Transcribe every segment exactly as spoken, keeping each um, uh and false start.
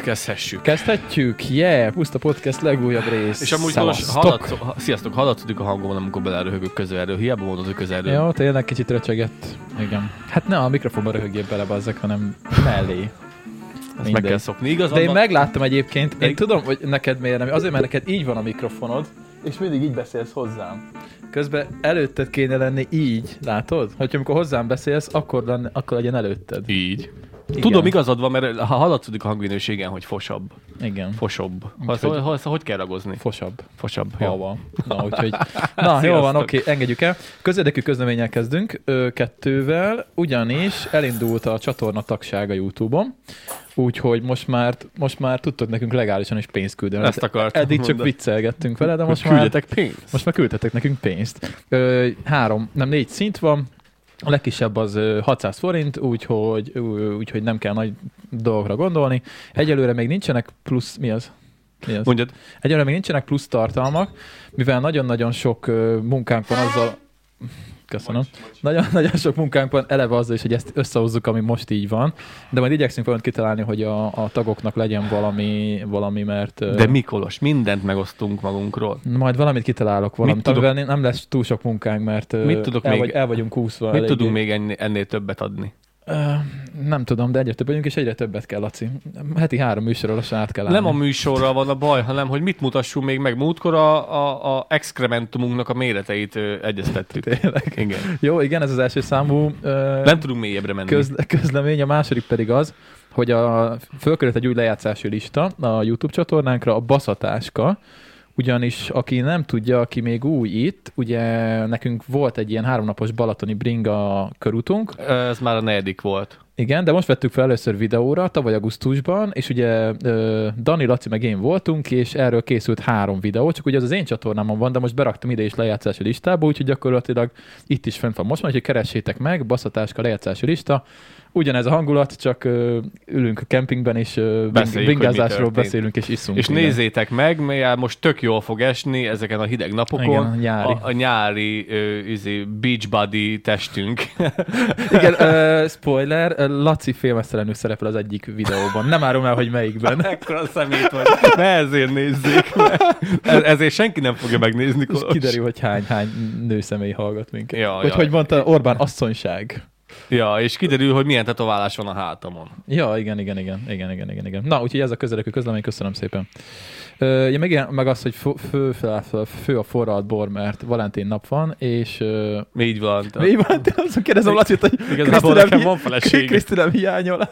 Kezdhessük. Kezdhetjük? Yeah! Puszta Podcast legújabb rész. És amúgy most hallatszok, sziasztok, hallatszódik a hangomon, amikor beleröhögök közelről. Hiába mondod, hogy közelről. Jó, tényleg kicsit röcsögett. Igen. Hát ne a mikrofonba röhögjél bele bazzak, hanem mellé. Ezt meg kell szokni. Igaz, de én van... megláttam egyébként, én tudom, hogy neked miért nem. Azért, mert neked így van a mikrofonod, és mindig így beszélsz hozzám. Közben előtted kéne lenni így, látod? Hogyha amikor hozzám beszélsz, akkor, lenne, akkor legyen előtted. Így. Igen. Tudom, igazad van, mert ha hallatszódik a hangminőségen, hogy fosabb. Igen. Fosabb. Hogy, hogy, hogy, hogy kell ragozni? Fosabb. Fosabb. Jó van. Na, úgyhogy... Na, jó van, oké, okay, engedjük el. Közérdekű közleménnyel kezdünk, ö, kettővel, ugyanis elindult a csatorna tagság a YouTube-on, úgyhogy most már, most már tudtok nekünk legálisan is pénzt küldeni. Ezt akartam Eddig mondani. Csak viccelgettünk vele, de most már... Küldjetek pénzt. Most már küldtetek nekünk pénzt. Ö, három, nem négy szint van. A legkisebb az hatszáz forint, úgyhogy, úgyhogy nem kell nagy dolgokra gondolni. Egyelőre még nincsenek plusz... Mi az? Mi az? Mondjad. Egyelőre még nincsenek plusz tartalmak, mivel nagyon-nagyon sok munkánk van azzal... Köszönöm. Nagyon, nagyon sok munkánk van eleve azzal is, hogy ezt összehozzuk, ami most így van. De majd igyekszünk valamit kitalálni, hogy a, a tagoknak legyen valami, valami, mert... De Mikolos, mindent megosztunk magunkról. Majd valamit kitalálok, valamit, amivel nem lesz túl sok munkánk, mert mit tudok el, még, vagy, el vagyunk úszva. Mit elég. tudunk még ennél, ennél többet adni? Uh, nem tudom, de egyre több vagyunk, és egyre többet kell, Laci. Heti három műsorra lassan át kell állni. Nem a műsorral van a baj, hanem hogy mit mutassunk még meg. Múltkor a, a, a excrementumunknak a méreteit ö, egyeztettük. Tényleg? Igen. Jó, igen, ez az első számú uh, nem tudunk mélyebbre menni. Közle- közlemény, a második pedig az, hogy a fölkerült egy új lejátszási lista a YouTube csatornánkra, a Baszatáska. Ugyanis aki nem tudja, aki még új itt, ugye nekünk volt egy ilyen háromnapos balatoni bringa körútunk. Ez már a negyedik volt. Igen, de most vettük fel először videóra, tavaly augusztusban, és ugye Dani, Laci meg én voltunk, és erről készült három videó, csak ugye az az én csatornámon van, de most beraktam ide is lejátszási listába, úgyhogy gyakorlatilag itt is fent van most van, úgyhogy keressétek meg, Baszatáska lejátszási lista. Ugyanez a hangulat, csak uh, ülünk a kempingben, és uh, bringázásról beszélünk, és iszunk. És igen. Nézzétek meg, mert most tök jól fog esni ezeken a hideg napokon. Igen, a nyári, a, a nyári uh, izé, beachbody testünk. Igen, uh, spoiler, Laci félmeztelenül szerepel az egyik videóban. Nem árom el, hogy melyikben. Ekkora szemét vagy. Ne ezért nézzék meg. Ez, ezért senki nem fogja megnézni. És kiderül, hogy hány-hány nőszemély hallgat minket. Ja, hogy ja. hogy mondta Orbán, asszonyság. Ja, és kiderül, hogy milyen tetoválás van a hátamon. Ja, igen, igen, igen, igen, igen, igen, igen. Na, úgyhogy ez a közelekű közlemény, köszönöm szépen. Uh, ja, meg, meg az, hogy fő, fő, fő, fő a forralt bor, mert Valentin nap van, és... Uh, így van. Mi van? Azon kérdezem Lacit, hogy igazából nekem van feleségem. Kriszti nem hiányol.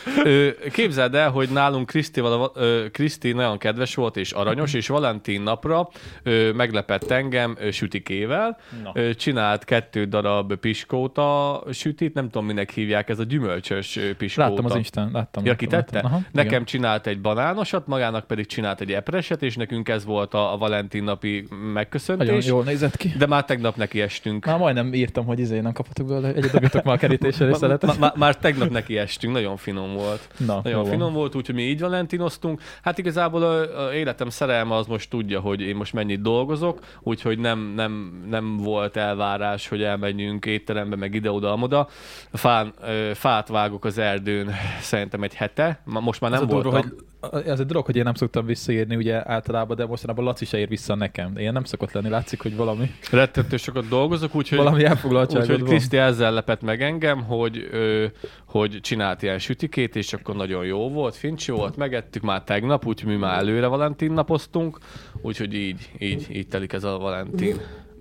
Képzeld el, hogy nálunk Krisztival, Kriszti nagyon kedves volt és aranyos, és Valentin napra ö, meglepett engem ö, sütikével. Ö, csinált kettő darab piskóta sütit, nem tudom, minek hívják, ez a gyümölcsös piskóta. Láttam az Instán, láttam. Ja, láttam, kitette? láttam. Aha, nekem igen. Csinált egy banánosat, magának pedig csinált egy epreset, és nekünk ez volt a, a Valentin napi megköszöntés. Nagyon jól nézett ki. De már tegnap neki estünk. Már majdnem írtam, hogy izé nem kaphatok belőle, egyet dobjatok már a kerítésre és szeretet. Már, már tegnap neki estünk, nagyon finom volt. Na, nagyon jó finom van. volt, úgyhogy mi így valentinoztunk. Hát igazából a, a életem szerelme az most tudja, hogy én most mennyit dolgozok, úgyhogy nem, nem, nem volt elvárás, hogy elmenjünk étterembe, meg ide-oda-amoda. Fán, fát vágok az erdőn szerintem egy hete. Most már nem ez voltam. Durva, hogy ez egy dolog, hogy én nem szoktam visszaírni ugye általában, de mostanában Laci se ír vissza nekem. Ilyen nem szokott lenni, látszik, hogy valami... Rettető sokat dolgozok, úgyhogy... Valami elfoglaltságod Úgyhogy van. Kriszti ezzel lepett meg engem, hogy, ö, hogy csinált ilyen sütikét, és akkor nagyon jó volt, fincsi volt, megettük már tegnap, úgyhogy mi már előre Valentin napoztunk, úgyhogy így, így, így telik ez a Valentin.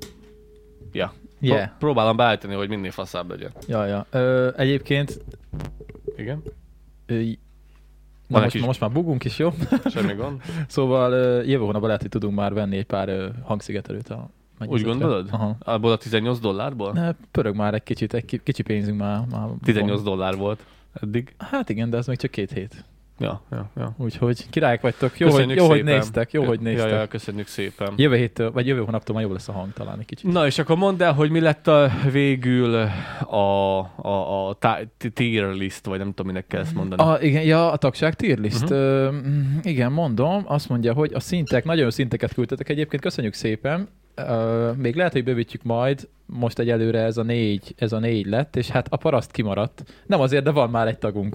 Ja. Yeah. Pró- próbálom beállítani, hogy minél faszább legyen. Ja, ja. Ö, egyébként... Igen? Ö, Na most, most már bugunk is, jó? Semmi gond. Szóval uh, jövő hónapban lehet, hogy tudunk már venni egy pár uh, hangszigetelőt a Úgy gondolod? Aha. Abból a tizennyolc dollárból? Ne, pörög már egy kicsit, egy kicsi pénzünk már. már tizennyolc dollár volt eddig. Hát igen, de ez még csak két hét. Ja, ja, ja. Úgyhogy királyok vagytok. Jó, hogy, jó hogy néztek, jó, hogy néztek. Ja, ja, köszönjük szépen. Jövő héttől, vagy jövő hónaptól már jó lesz a hang talán egy kicsit. Na és akkor mondd el, hogy mi lett a végül a, a, a tier list, vagy nem tudom, minek kell ezt mondani. A, igen, ja, a tagság tier list. Uh-huh. Ö, igen, mondom, azt mondja, hogy a szintek, nagyon jó szinteket küldtetek egyébként, köszönjük szépen. Ö, még lehet, hogy bővítjük majd, most egyelőre ez a négy, ez a négy lett, és hát a paraszt kimaradt. Nem azért, de van már egy tagunk.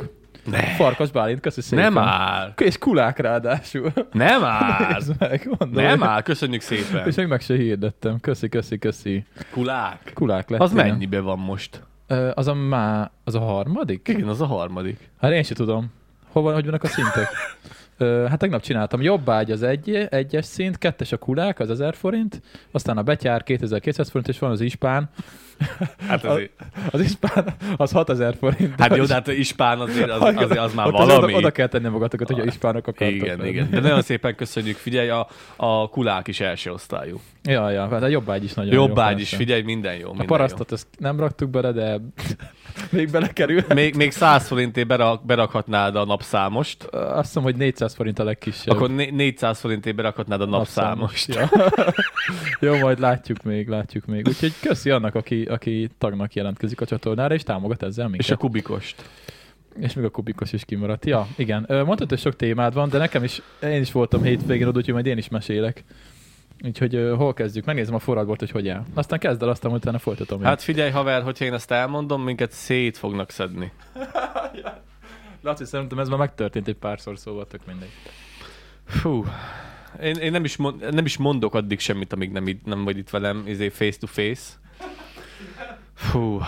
Ne. Farkas Bálint, köszi szépen. Nem áll. És kulák ráadásul. Nem áll. Nézd meg, mondom. Nem áll, köszönjük szépen. És még meg se hirdettem. Köszi, köszi, köszi. Kulák. Kulák lett. Az igen. mennyibe van most? Ö, az a má... Az a harmadik? Igen, az a harmadik. Hát én sem tudom. Hol van, hogy vannak a szintek? Ö, hát tegnap csináltam. Jobb ágy az egy, egyes szint, kettes a kulák, az ezer forint, aztán a betyár kétezer-kétszáz forint, és van az ispán. Hát azért. Az ispán az hatezer forint. Hát jó, de hát ispán azért az, azért az már ott valami. Oda, oda kell tenni magatokat, hogy a ispánok akartok. Igen, lenni. igen. De nagyon szépen köszönjük. Figyelj, a, a kulák is első osztályú. Ja, ja, hát a jobb ágy is nagyon Jobb jó. ágy is, figyelj, minden jó. Minden a parasztot ezt nem raktuk bele, de még belekerül. Még, még száz forintért berak, berakhatnád a napszámost. Azt hiszem, hogy négyszáz forint a legkisebb. Akkor né- négyszáz forintért berakhatnád a napszámost. Ja. Jó, majd látjuk még, látjuk még. Úgyhogy köszi annak, aki, aki tagnak jelentkezik a csatornára, és támogat ezzel minket. És a kubikost. És még a kubikos is kimaradt. Ja, igen. Mondtad, hogy sok témád van, de nekem is, én is voltam hétvégén oda, úgyhogy majd én is mesélek. Úgyhogy uh, hol kezdjük? Megnézem a forradbort, hogy hogy áll. Aztán kezd el, aztán utána folytatom. Hát figyelj, haver, hogyha én ezt elmondom, minket szét fognak szedni. Laci, szerintem ez már megtörtént egy párszor, szóval tök mindegy. Fú. Én, én nem, is mond, nem is mondok addig semmit, amíg nem, nem vagy itt velem, izé face to face. Fú.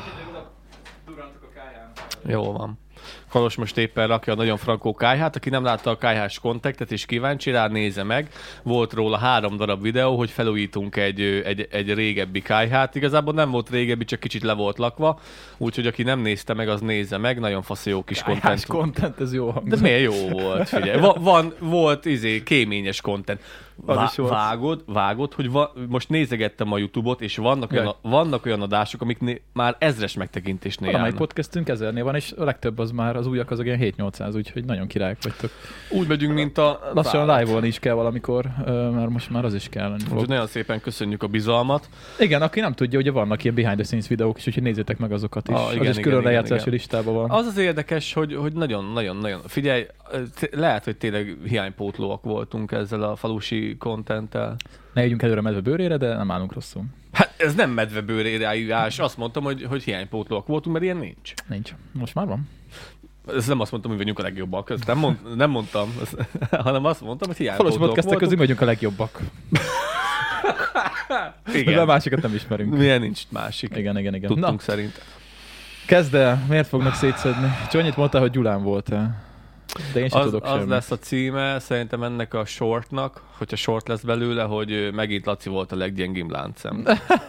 Jó van. Kalos most éppen rakja a nagyon frankó kályhát, aki nem látta a kályhás kontaktet és kíváncsi rá, nézze meg. Volt róla három darab videó, hogy felújítunk egy, egy, egy régebbi kályhát. Igazából nem volt régebbi, csak kicsit le volt lakva, úgyhogy aki nem nézte meg, az nézze meg. Nagyon fasz jó kis kályhás content. content, ez jó hangzik. De miért jó volt, figyelj. Va, van, volt izé, kéményes content. Vá, vágod, vágod, hogy va, most nézegettem a YouTube-ot, és vannak olyan, vannak olyan adások, amik né, már ezres megtekintésnél járnak. járnak. Podcastünk ezernél van, és a legtöbb az már, az újak azok ilyen hét-nyolcszáz, úgyhogy nagyon királyok vagytok. Úgy megyünk, mint a... Lassan live-olni is kell valamikor, mert most már az is kell. Úgyhogy nagyon szépen köszönjük a bizalmat. Igen, aki nem tudja, ugye vannak ilyen behind the scenes videók is, úgyhogy nézzétek meg azokat is. Ah, igen, az is igen, külön igen, lejátszási igen. listában van. Az az érdekes, hogy, hogy nagyon-nagyon-nagyon... Figyelj, lehet, hogy tényleg hiánypótlóak voltunk ezzel a falusi contenttel. Ne jöjjünk előre a medve bőrére, de nem állunk rosszul. Hát ez nem medve bőrére állás. Azt mondtam, hogy, hogy hiánypótlóak voltunk, mert ilyen nincs. Nincs. Most már van. Ez nem azt mondtam, hogy vagyunk a legjobbak. Ezt nem, mond, nem mondtam, ezt, hanem azt mondtam, hogy hiánypótlóak voltunk. Falos podcastek közül vagyunk a legjobbak. Igen. De a másikat nem ismerünk. Milyen nincs másik. Igen, igen, igen. Tudtunk Na, szerint. kezd el. Miért fognak szétszedni? Csak annyit mondtál, hogy Gyulán voltál. De én sem az, tudok az semmit. lesz a címe, szerintem ennek a shortnak, hogyha short lesz belőle, hogy megint Laci volt a leggyengébb láncem.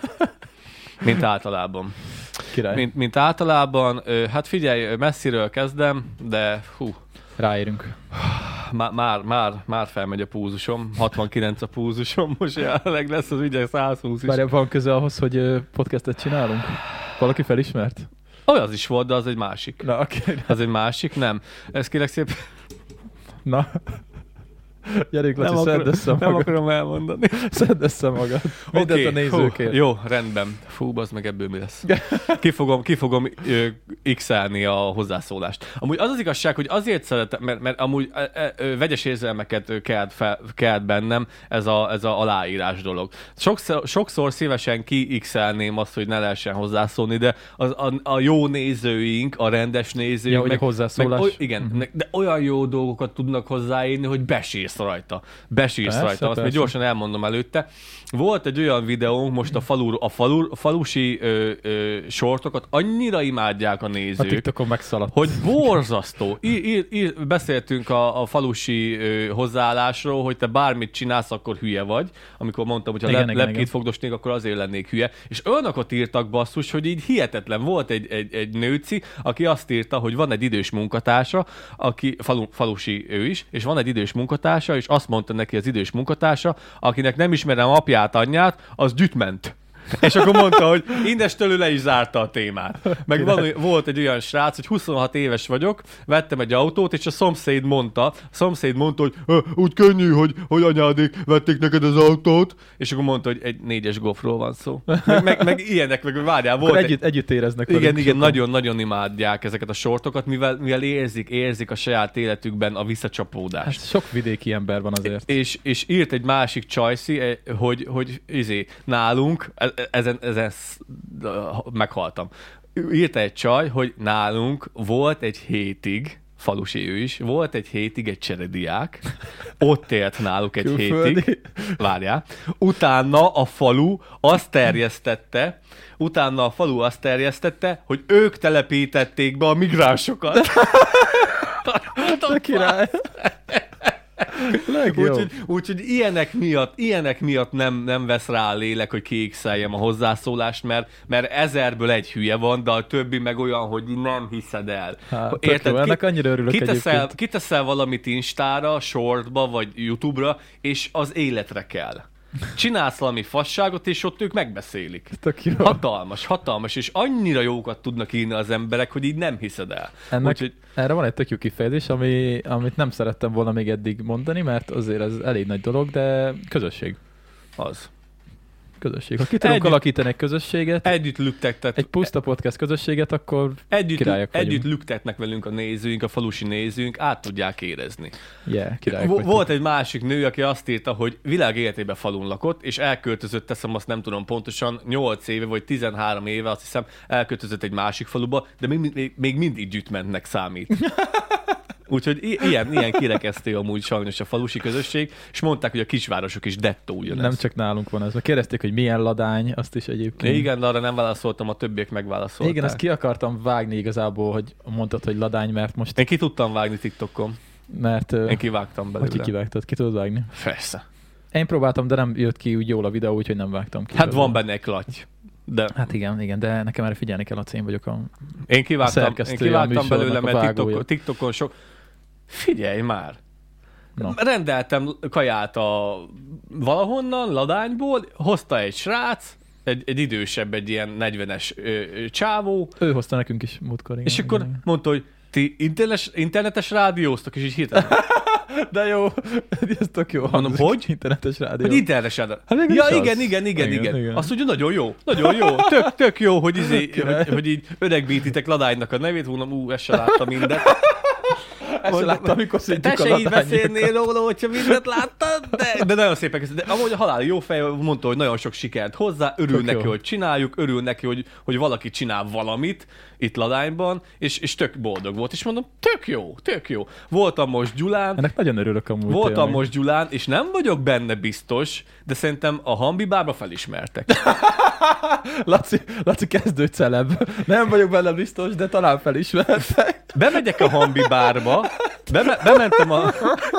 Mint általában. Király. Mint, mint általában. Hát figyelj, messziről kezdem, de hú. Ráérünk. Már, már, már, már felmegy a púzusom. hatvankilenc a púzusom, most jelenleg lesz az ügyek száz húsz is. Várjál, van köze ahhoz, hogy podcastet csinálunk? Valaki felismert? Olyan az is volt, de az egy másik. Na, oké. Okay. Az egy másik, nem. Ez kérlek szépen... Na. Gyerünk, Laci, nem szedd akarom, össze magad. Nem akarom elmondani. Szedd össze magad. Mindent okay, a nézőkért. Hú, jó, rendben. Fú, bazd meg, ebből mi lesz. Ki fogom, ki fogom ö, x-elni a hozzászólást. Amúgy az az igazság, hogy azért szeretem, mert, mert amúgy ö, ö, vegyes érzelmeket kelt, fel, kelt bennem ez a, ez a aláírás dolog. Sokszor, sokszor szívesen ki x-elném azt, hogy ne lehessen hozzászólni, de az, a, a jó nézőink, a rendes nézőink, ja, meg, hozzászólás. meg, igen, uh-huh. de olyan jó dolgokat tudnak hozzáírni, hogy besírsz rajta. Besírsz persze, rajta. Azt persze. Még gyorsan elmondom előtte. Volt egy olyan videónk most a, falu, a, falu, a falusi ö, ö, sortokat annyira imádják a nézők. A TikTokon megszaladt. Hogy borzasztó. Ír, ír, ír, beszéltünk a, a falusi ö, hozzáállásról, hogy te bármit csinálsz, akkor hülye vagy. Amikor mondtam, hogy ha igen, lep, igen, lepkét fogdosnék, akkor azért lennék hülye. És olyanokat írtak, basszus, hogy így hihetetlen. Volt egy, egy, egy nőci, aki azt írta, hogy van egy idős munkatársa, aki falu, falusi ő is, és van egy idős munkatársa, és azt mondta neki az idős munkatársa, akinek nem ismerem apját, anyját, az gyütment. És akkor mondta, hogy indestől ő le is zárta a témát. Meg van, volt egy olyan srác, hogy huszonhat éves vagyok, vettem egy autót, és a szomszéd mondta, a szomszéd mondta, hogy úgy könnyű, hogy, hogy anyádék vették neked az autót, és akkor mondta, hogy egy négyes gofról van szó. Meg, meg, meg ilyenek, meg várjál, volt együtt, egy... együtt éreznek. Igen, igen, nagyon-nagyon imádják ezeket a sortokat, mivel, mivel érzik, érzik a saját életükben a visszacsapódást. Hát sok vidéki ember van azért. És, és írt egy másik csajszi, hogy, hogy izé, nálunk, ezen, ezen meghaltam. írta egy csaj, hogy nálunk volt egy hétig, falusi ő is, volt egy hétig egy cserediák, ott élt náluk egy Külföldi. hétig, várjál, utána a falu azt terjesztette, utána a falu azt terjesztette, hogy ők telepítették be a migránsokat. A király. Legjobb. Úgyhogy úgy, ilyenek miatt, ilyenek miatt nem, nem vesz rá a lélek, hogy kiixeljem a hozzászólást, mert, mert ezerből egy hülye van, de a többi meg olyan, hogy nem hiszed el. Hát, érted? Jó, ennek annyira örülök kiteszel, egyébként. kiteszel valamit Instára, Shortba, vagy YouTube-ra, és az életre kell. Csinálsz valami fasságot, és ott ők megbeszélik. Hatalmas, hatalmas, és annyira jókat tudnak írni az emberek, hogy így nem hiszed el. Ennek, Úgyhogy... Erre van egy tök jó kifejezés, ami, amit nem szerettem volna még eddig mondani, mert azért ez elég nagy dolog, de közösség. Az. Közösség. Ha ki tudunk együtt, alakítani egy közösséget, együtt lüktettet, egy puszta podcast közösséget, akkor együtt, királyok vagyunk. Együtt lüktetnek velünk a nézőink, a falusi nézőink, át tudják érezni. Yeah, királyok Volt vagyunk. egy másik nő, aki azt írta, hogy világ életében falun lakott, és elköltözött, teszem, azt nem tudom pontosan, nyolc éve vagy tizenhárom éve, azt hiszem, elköltözött egy másik faluba, de még, még, még mindig gyütmentnek számít. Úgyhogy ilyen, ilyen kirekesztő amúgy sajnos a falusi közösség, és mondták, hogy a kisvárosok is dettó ugyanez. Nem csak nálunk van ez. Kérdezték, hogy milyen ladány, azt is egyébként. Igen, de arra nem válaszoltam, a többiek megválaszolták. Igen, azt ki akartam vágni igazából, hogy mondtad, hogy ladány, mert most... Én ki tudtam vágni TikTokon. Mert... Én kivágtam belőle. Hogy ki kivágtad? Ki tudod vágni? Persze. Én próbáltam, de nem jött ki úgy jól a videó, úgyhogy nem vágtam ki. Hát belőle. Van benne egy klaty. De... Hát igen, igen, de nekem erre figyelni kell, hogy én vagyok a Én kivágtam, én kivágtam belőle, mert TikTokon, TikTokon sok... Figyelj már! No. Rendeltem kaját a valahonnan, ladányból, hozta egy srác, egy, egy idősebb, egy ilyen negyvenes ö, ö, csávó. Ő hozta nekünk is múltkor. Igen, és igen, akkor igen. Mondta, hogy ti internetes, internetes rádióztok, és így hirtelen. De jó, ez tök jó. Mondom, hogy? Internetes rádió. Hogy internetes rádió. Hát ja, igen, igen, igen, igen, igen, igen. Azt mondja, nagyon jó, nagyon jó. Tök, tök jó, hogy, izé, hogy, hogy így öregbítitek ladánynak a nevét, mondom, ú, ezt se látta mindent. Ezt se láttam, amikor szintjük te se így beszélnél róla, hogyha mindent láttad, de, de nagyon szépen köszönöm. De amúgy a halál jó fej, mondta, hogy nagyon sok sikert hozzá, örül tök neki, jó. Hogy csináljuk, örül neki, hogy, hogy valaki csinál valamit itt Ladányban, és, és tök boldog volt. És mondom, tök jó, tök jó. Voltam most Gyulán. Ennek nagyon örülök amúgy. Voltam tényleg. Most Gyulán, és nem vagyok benne biztos, de szerintem a Hambi bárba felismertek. Laci, Laci kezdő celeb. Nem vagyok benne biztos, de talán felismertek. Bemegyek a Hambi bárba, Beme- bementem a...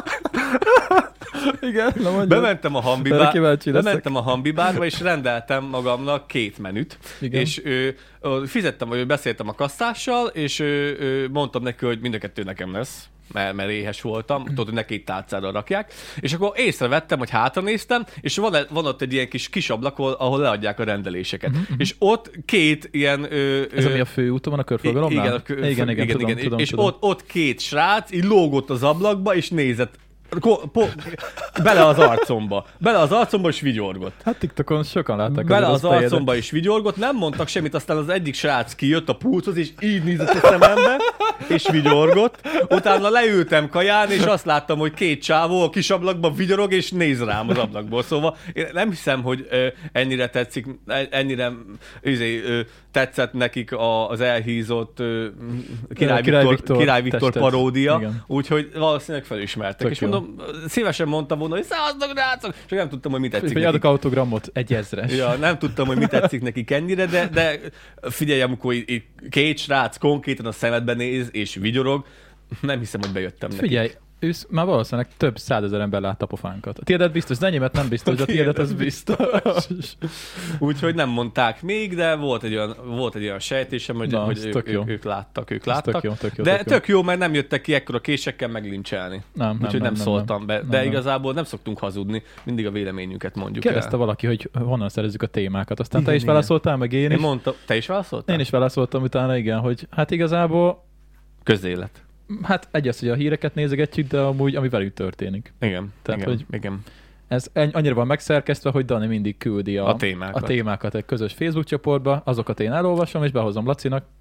Igen, na bementem a Hambi bár... bementem a Hambi bárba, és rendeltem magamnak két menüt. Igen. És ő, fizettem, vagy beszéltem a kasszással, és ő, ő, mondtam neki, hogy mind a kettő nekem lesz. Mert, mert éhes voltam, tudod, hogy ne két tálcára rakják, és akkor észrevettem, hogy hátra néztem, és van, van ott egy ilyen kis, kis ablak, ahol leadják a rendeléseket. Uh-huh. És ott két ilyen... Ö, Ez ami a főúton van, a körforgalomnál? Igen, igen, igen, igen, igen, tudom, igen. Tudom, és tudom. Ott, ott két srác így lógott az ablakba, és nézett Ko- po- bele az arcomba. Bele az arcomba, és vigyorgott. Hát TikTokon sokan látták. Bele az arcomba, és vigyorgott. Nem mondtak semmit, aztán az egyik srác kijött a pulthoz, és így nézett a szemembe, és vigyorgott. Utána leültem kaján, és azt láttam, hogy két csávó a kis ablakban vigyorog, és néz rám az ablakból. Szóval én nem hiszem, hogy ennyire tetszik, ennyire izé, tetszett nekik az elhízott Király, Király Viktor, Viktor, Király Viktor paródia, úgyhogy valószínűleg felismertek. Tök és jó. Mondom, szívesen mondtam volna, hogy századok, rácok, csak nem tudtam, hogy mit tetszik nekik. Adok autogramot, egy ezres. Ja, nem tudtam, hogy mit tetszik nekik ennyire, de, de figyelj, amikor így, így két srác konkrétan a szemedbe néz, és vigyorog, nem hiszem, hogy bejöttem nekik. Figyelj, ősz, már valószínűleg több százezer ember látta a pofánkat. A tiédet biztos, az enyémet nem biztos, de a tiédet az biztos. Úgyhogy nem mondták még, de volt egy olyan, volt egy olyan sejtésem, hogy, Na, hogy ők, ők, ők láttak, ők láttak. Tök jó, tök jó, de tök, tök jó, mert nem jöttek ki ekkora késekkel meglincselni. Nem, Úgyhogy nem, nem, nem szóltam nem, be. Nem, de nem. igazából nem szoktunk hazudni, mindig a véleményünket mondjuk Kérdezte el. valaki, hogy honnan szerezzük a témákat. Aztán igen, te is igen. válaszoltál, meg én is. Én mondtam, te is válaszoltál? Én is válaszoltam utána, igen, hogy hát igazából... Közélet. Hát egy az, hogy a híreket nézegetjük, de amúgy, ami velük történik. Igen, Tehát, igen, hogy igen. Ez annyira van megszerkesztve, hogy Dani mindig küldi a, a, témákat. a témákat egy közös Facebook csoportba, azokat én elolvasom, és behozom Lacinak,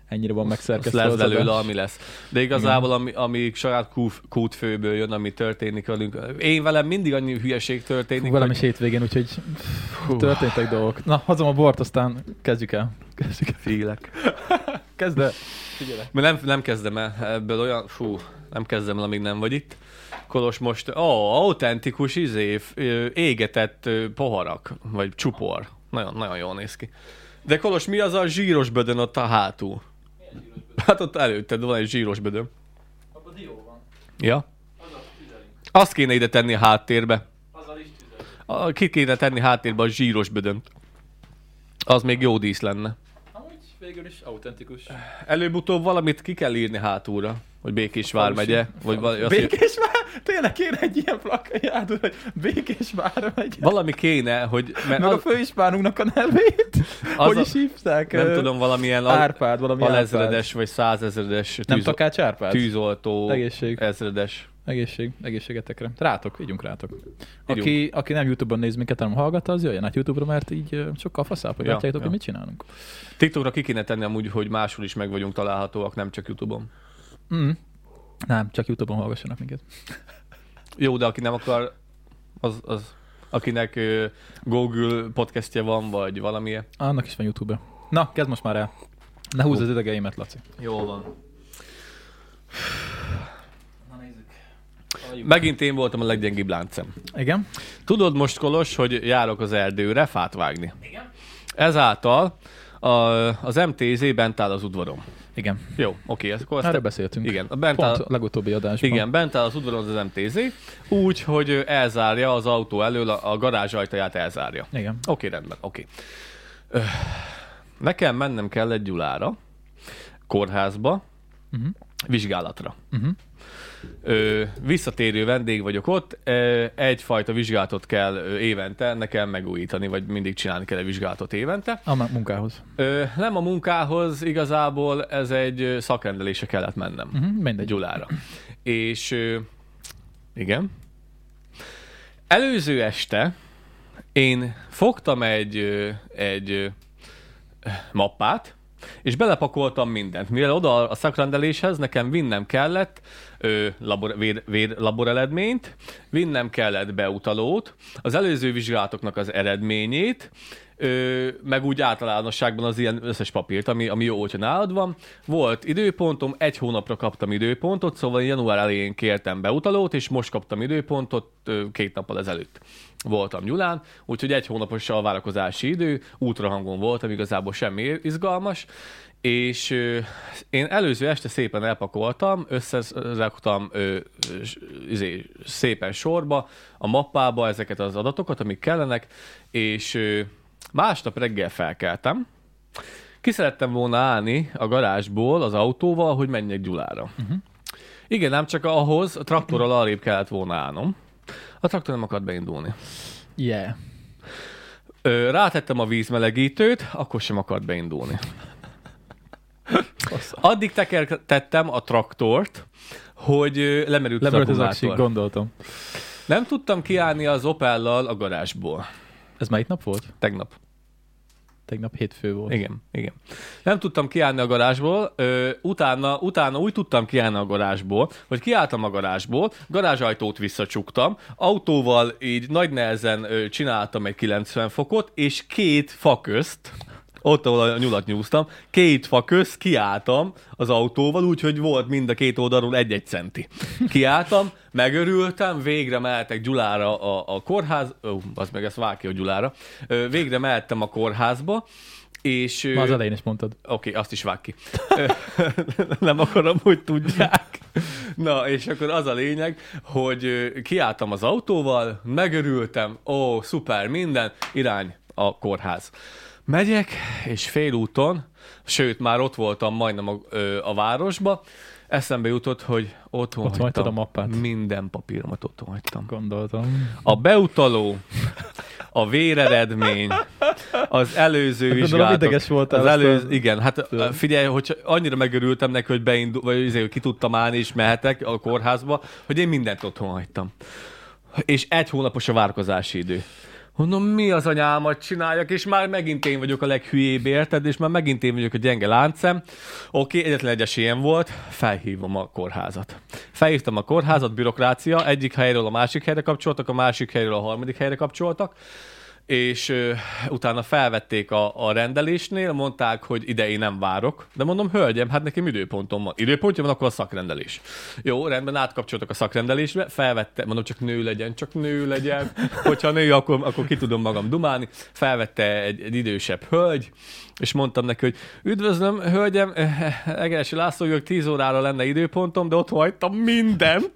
ennyire van megszerkesztve lesz az belőle, adás. ami lesz. De igazából, ami, ami saját kút, kútfőből jön, ami történik velünk. Én velem mindig annyi hülyeség történik. Fú, velem hogy... is hétvégén, úgyhogy Hú. történtek dolgok. Na, hazom a bort, aztán kezdjük el. Kezdjük el. Félek. Kezd el. Figyelek. Nem, nem kezdem el ebből olyan, fú, nem kezdem el, amíg nem vagy itt. Kolos most, ó, oh, autentikus izé, égetett poharak, vagy csupor. Nagyon, nagyon jól néz ki. De Kolos, mi az a zsíros bödön ott a hátul? Milyen zsíros bödön? Hát ott előtted van egy zsíros bödön. Abban dió van. Ja? Az a tüzelünk. Azt kéne ide tenni a háttérbe. Azzal is tüzelünk. A, ki kéne tenni háttérbe a zsíros bödönt. Az még jó dísz lenne. Amúgy végül is autentikus. Előbb-utóbb valamit ki kell írni hátulra, hogy Békés vármegye. Vagy valami, azt, Békés vár? Tényleg kéne egy ilyen plakkai hátul, hogy Békés vármegye. valami kéne, hogy... Mert Meg az, a főispánunknak a nevét. Az Hogy a- is hívták? nem Ö, tudom, valamilyen al- Árpád, valami Árpád. alezredes vagy százezredes Nem tűz, Takács Árpád? tűzoltó Egészség. ezredes. Egészség, egészségetekre. Rátok, ígyunk rátok. Aki, aki nem YouTube-on néz minket, hanem hallgat, az jöjjön át YouTube-ra, mert így ö, sokkal faszább, hogy Ja, látjátok, ja. hogy mit csinálunk. TikTokra ki kéne tenni amúgy, hogy máshol is meg vagyunk találhatóak, nem csak YouTube-on. Mm. Nem, csak YouTube-on hallgassanak minket. Jó, de aki nem akar, az, az akinek ö, Google podcastje van, vagy valamilyen. Annak is van YouTube-e. Na, kezd most már el. Ne húzz az idegeimet, Laci. Jó van. Na nézzük. Megint én voltam a leggyengébb láncem. Igen? Tudod most, Kolos, hogy járok az erdőre fát vágni. Igen. Ezáltal a, az em té zé bent áll az udvaron. Igen. Jó, oké, ezt akkor azt... Erre beszéltünk. Igen, bent Pont áll, a legutóbbi adásban. igen, bent áll az udvaron az em té zé, úgy, hogy elzárja az autó elől, a, a garázs ajtaját elzárja. Igen. Oké, rendben, oké. Ö, Nekem mennem kell egy Gyulára, kórházba, Uh-huh. vizsgálatra. Uh-huh. Ö, visszatérő vendég vagyok ott, ö, egyfajta vizsgálatot kell ö, évente nekem megújítani, vagy mindig csinálni kell egy vizsgálatot évente. A munkához. Ö, nem a munkához, igazából ez egy ö, szakrendelésre kellett mennem. Uh-huh. Mindegy. Gyulára. És ö, igen. Előző este én fogtam egy, ö, egy ö, mappát, és belepakoltam mindent. Mivel oda a szakrendeléshez nekem vinnem kellett ö, labor, vér, vér laboreledményt, vinnem kellett beutalót, az előző vizsgálatoknak az eredményét, ö, meg úgy általánosságban az ilyen összes papírt, ami, ami jó, hogyha nálad van. Volt időpontom, egy hónapra kaptam időpontot, szóval január elején kértem beutalót, és most kaptam időpontot ö, két nappal ezelőtt. Voltam Gyulán, úgyhogy egy hónapos a várakozási idő, útrahangon voltam, igazából semmi izgalmas, és ö, én előző este szépen elpakoltam, összeraktam ö, izé, szépen sorba, a mappába ezeket az adatokat, amik kellenek, és ö, másnap reggel felkeltem, ki szerettem volna állni a garázsból az autóval, hogy menjek Gyulára. Uh-huh. Igen, ám csak ahhoz a traktorral arrébb kellett volna állnom. A traktor nem akart beindulni. Yeah. Ö, rátettem a vízmelegítőt, akkor sem akart beindulni. Addig tekertettem a traktort, hogy ö, lemerült, Lemerült az az aksik, akkumulátor. gondoltam. Nem tudtam kiállni az Opellal a garázsból. Ez melyik nap volt? Tegnap. Tegnap hétfő volt. Igen, igen. Nem tudtam kiállni a garázsból, ö, utána, utána úgy tudtam kiállni a garázsból, hogy kiálltam a garázsból, garázsajtót visszacsuktam, autóval így nagy nehezen ö, csináltam egy kilencven fokot, és két fa közt, ott, ahol a nyulat nyúztam, két fa közt kiálltam az autóval, úgyhogy volt mind a két oldalról egy-egy centi. Kiálltam, megörültem, végre mehetek Gyulára a, a kórház, ó, az meg ezt vág ki, hogy Gyulára, ö, végre mehettem a kórházba, és... Ma az elején is mondtad. Oké, okay, azt is vág ki. Nem akarom, hogy tudják. Na, és akkor az a lényeg, hogy kiálltam az autóval, megörültem, ó, szuper, minden, irány a kórház. Megyek, és félúton, sőt, már ott voltam majdnem a, a városba, eszembe jutott, hogy otthon Ott hagytam a mappát. minden papíromat otthon hagytam. Gondoltam. A beutaló, a véreredmény, az előző Gondolom, vizsgálatok. ideges voltál Az aztán. előző, igen, hát figyelj, hogy annyira megörültem neki, hogy beindul, vagy azért, ki tudtam állni, és mehetek a kórházba, hogy én mindent otthon hagytam. És egy hónapos a várkozási idő. Mondom, mi az anyámat csináljak, és már megint én vagyok a leghülyébb, érted, és már megint én vagyok a gyenge láncem. Oké, egyetlen egy esélyem volt, felhívom a kórházat. Felhívtam a kórházat, bürokrácia, egyik helyről a másik helyre kapcsoltak, a másik helyről a harmadik helyre kapcsoltak, és ö, utána felvették a, a rendelésnél, mondták, hogy ide én nem várok, de mondom, hölgyem, hát nekem időpontom van. Időpontja van, akkor a szakrendelés. Jó, rendben, átkapcsoltak a szakrendelésbe, felvette, mondom, csak nő legyen, csak nő legyen, hogyha nő, akkor, akkor ki tudom magam dumálni. Felvette egy, egy idősebb hölgy, és mondtam neki, hogy üdvözlöm, hölgyem, Egeresi László vagyok, tíz órára lenne időpontom, de ott hagytam mindent.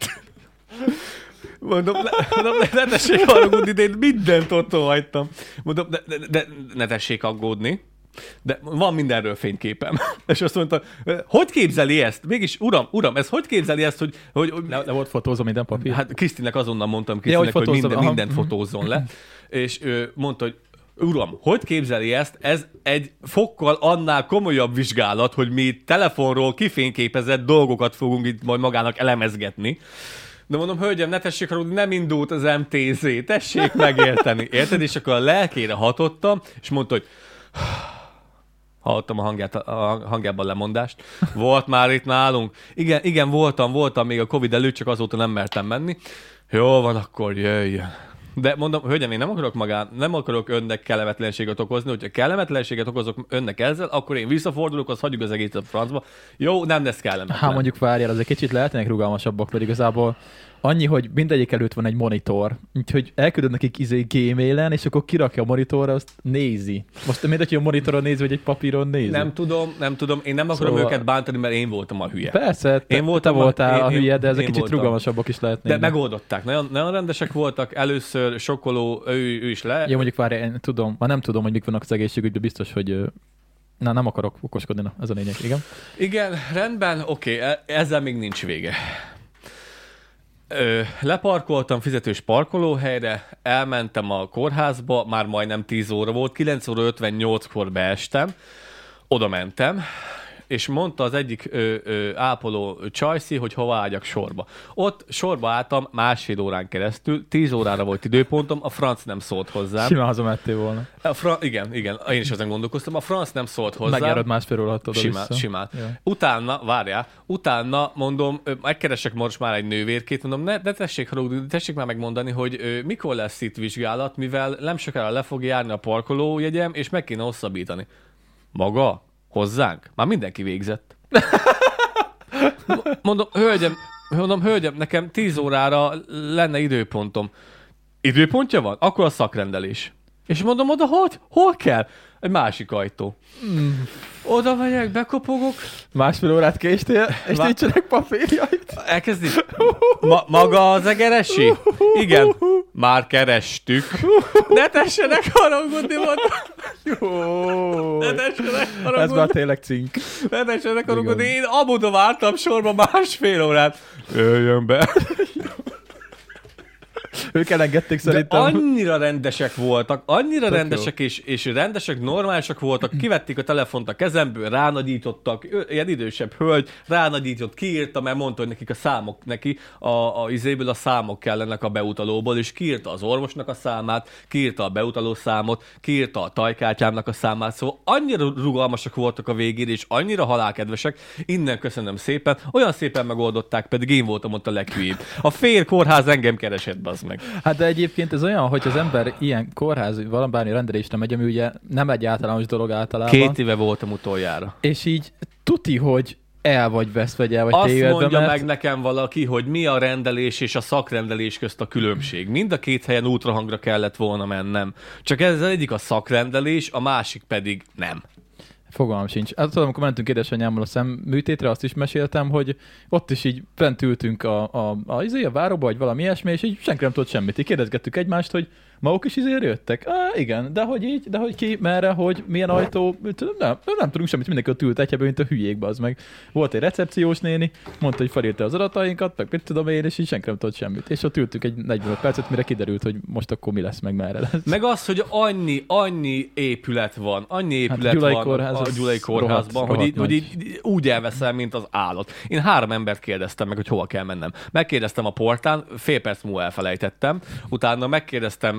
Mondom, ne, mondom, ne, ne tessék haragudni, de én mindent otthon hagytam. Mondom, de, de, de ne tessék aggódni, de van mindenről fényképem. És azt mondta, hogy képzeli ezt? Mégis, uram, uram, ez hogy képzeli ezt, hogy... hogy le, le volt fotózva minden papír? Hát Krisztinek azonnal mondtam Krisztinek, ja, hogy, hogy minden, mindent fotózzon le. És ő mondta, hogy uram, hogy képzeli ezt? Ez egy fokkal annál komolyabb vizsgálat, hogy mi telefonról kifényképezett dolgokat fogunk itt majd magának elemezgetni. De mondom, hölgyem, ne tessék haragudni, nem indult az em té zé, tessék megérteni. Érted? És akkor a lelkére hatottam, és mondta, hogy hallottam a, hangját, a hangjában lemondást. Volt már itt nálunk? Igen, igen, voltam, voltam még a Covid előtt, csak azóta nem mertem menni. Jó van, akkor jöjjön. De mondom, hölgyem, én nem akarok magán, nem akarok önnek kellemetlenséget okozni, hogyha kellemetlenséget okozok önnek ezzel, akkor én visszafordulok, az hagyjuk az egészet a francba. Jó, nem lesz kellemetlen. Hát mondjuk várjál, azért kicsit lehetnek rugalmasabbak, pedig igazából annyi, hogy mindegyik előtt van egy monitor, úgyhogy elküldöd nekik izé gmailen, és akkor kirakja a monitorra, azt nézi. Most mindegy, hogy a monitoron nézi, vagy egy papíron nézi. Nem tudom, nem tudom, én nem akarom szóval... őket bántani, mert én voltam a hülye. Persze, te, én voltam te voltál a, a hülye, de ezek kicsit voltam. Rugalmasabbak is lehetnek. De megoldották, nagyon, nagyon rendesek voltak, először sokkoló, ő, ő is le. Jó, mondjuk várj, én tudom, már nem tudom, hogy mik vannak az egészségügyben, biztos, hogy... Na, nem akarok okoskodni, na, ez a lényeg, igen. Igen, rendben, oké, okay, ezzel még nincs vége. Ö, leparkoltam fizetős parkolóhelyre, elmentem a kórházba, már majdnem tíz óra volt, kilenc óra ötvennyolckor beestem, oda mentem, és mondta az egyik ö, ö, ápoló csajszi, hogy hova álljak sorba. Ott sorba álltam másfél órán keresztül, tíz órára volt időpontom, a franc nem szólt hozzám. Simán hazamettél volna. A fra- igen, igen, én is ezen gondolkoztam, a franc nem szólt hozzám. Megjárod másfél órát oda simán, vissza. Simán. Ja. Utána, várjál, utána mondom, megkeresek most már egy nővérkét, mondom, ne, ne tessék haragudni, tessék már megmondani, hogy ö, mikor lesz itt vizsgálat, mivel nem sokára le fog járni a parkolójegyem, és meg kéne hosszabbítani. Maga? Hozzánk? Már mindenki végzett. Mondom, hölgyem, mondom, hölgyem, nekem tíz órára lenne időpontom. Időpontja van? Akkor a szakrendelés. És mondom, oda hogy? Hol kell? Egy másik ajtó. Mm. Oda megyek, bekopogok. Másfél órát késtél, és Má... nincsenek papírjait. Elkezdi. Ma- maga az Egeresi? Igen. Már kerestük. Ne tessenek haragudni, mondta. Jó. Ne tessenek haragudni. Ez már tényleg cink. Ne tessenek haragudni. Én amuda vártam sorba másfél órát. Jöjjön be. Ők elengedték szerintem. De annyira rendesek voltak, annyira Tök rendesek és, és rendesek, normálisak voltak, kivették a telefont a kezemből, ránagyítottak, ilyen idősebb hölgy, ránagyított, kiírta, mert mondta, hogy nekik a számok, neki a, a izéből a számok kellenek a beutalóból, és kiírta az orvosnak a számát, kiírta a beutaló számot, kiírta a tajkártyámnak a számát, szóval annyira rugalmasak voltak a végére, és annyira halálkedvesek, innen köszönöm szépen, olyan szépen megoldották, pedig én voltam ott a leghülyébb. A fél kórház engem keresett, bazd meg. Hát de egyébként ez olyan, hogy az ember ilyen kórház, valamilyen rendelésre megy, ami ugye nem egy általános dolog általában. Két éve voltam utoljára. És így tuti, hogy el vagy vesz, vagy el vagy azt tévedve, mondja mert... meg nekem valaki, hogy mi a rendelés és a szakrendelés közt a különbség. Mind a két helyen ultrahangra kellett volna mennem. Csak ez az egyik a szakrendelés, a másik pedig nem. Fogalmam sincs. Hát tudom, amikor mentünk édesanyámmal a szemműtétre, azt is meséltem, hogy ott is így fent ültünk a, a, a, a, a váróba, vagy valami ilyesmi, és így senki nem tudott semmit. Így kérdezgettük egymást, hogy maguk is izére jöttek? Á, igen, de hogy így, de hogy ki, merre, hogy milyen ajtó, nem, nem tudunk semmit, mindenki ott ült egyébben, mint a hülyékbe, az meg. Volt egy recepciós néni, mondta, hogy felírta az adatainkat, meg mit tudom én, és így senki nem tudott semmit. És ott ültünk egy negyvenöt percet, mire kiderült, hogy most akkor mi lesz, meg merre lesz. Meg az, hogy annyi, annyi épület van, annyi épület hát a van kórház, a Gyulai kórházban, rohadt, hogy, így, hogy így úgy elveszel, mint az állat. Én három embert kérdeztem meg, hogy hova kell mennem. Megkérdeztem a portán, fél perc múlva elfelejtettem, utána megkérdeztem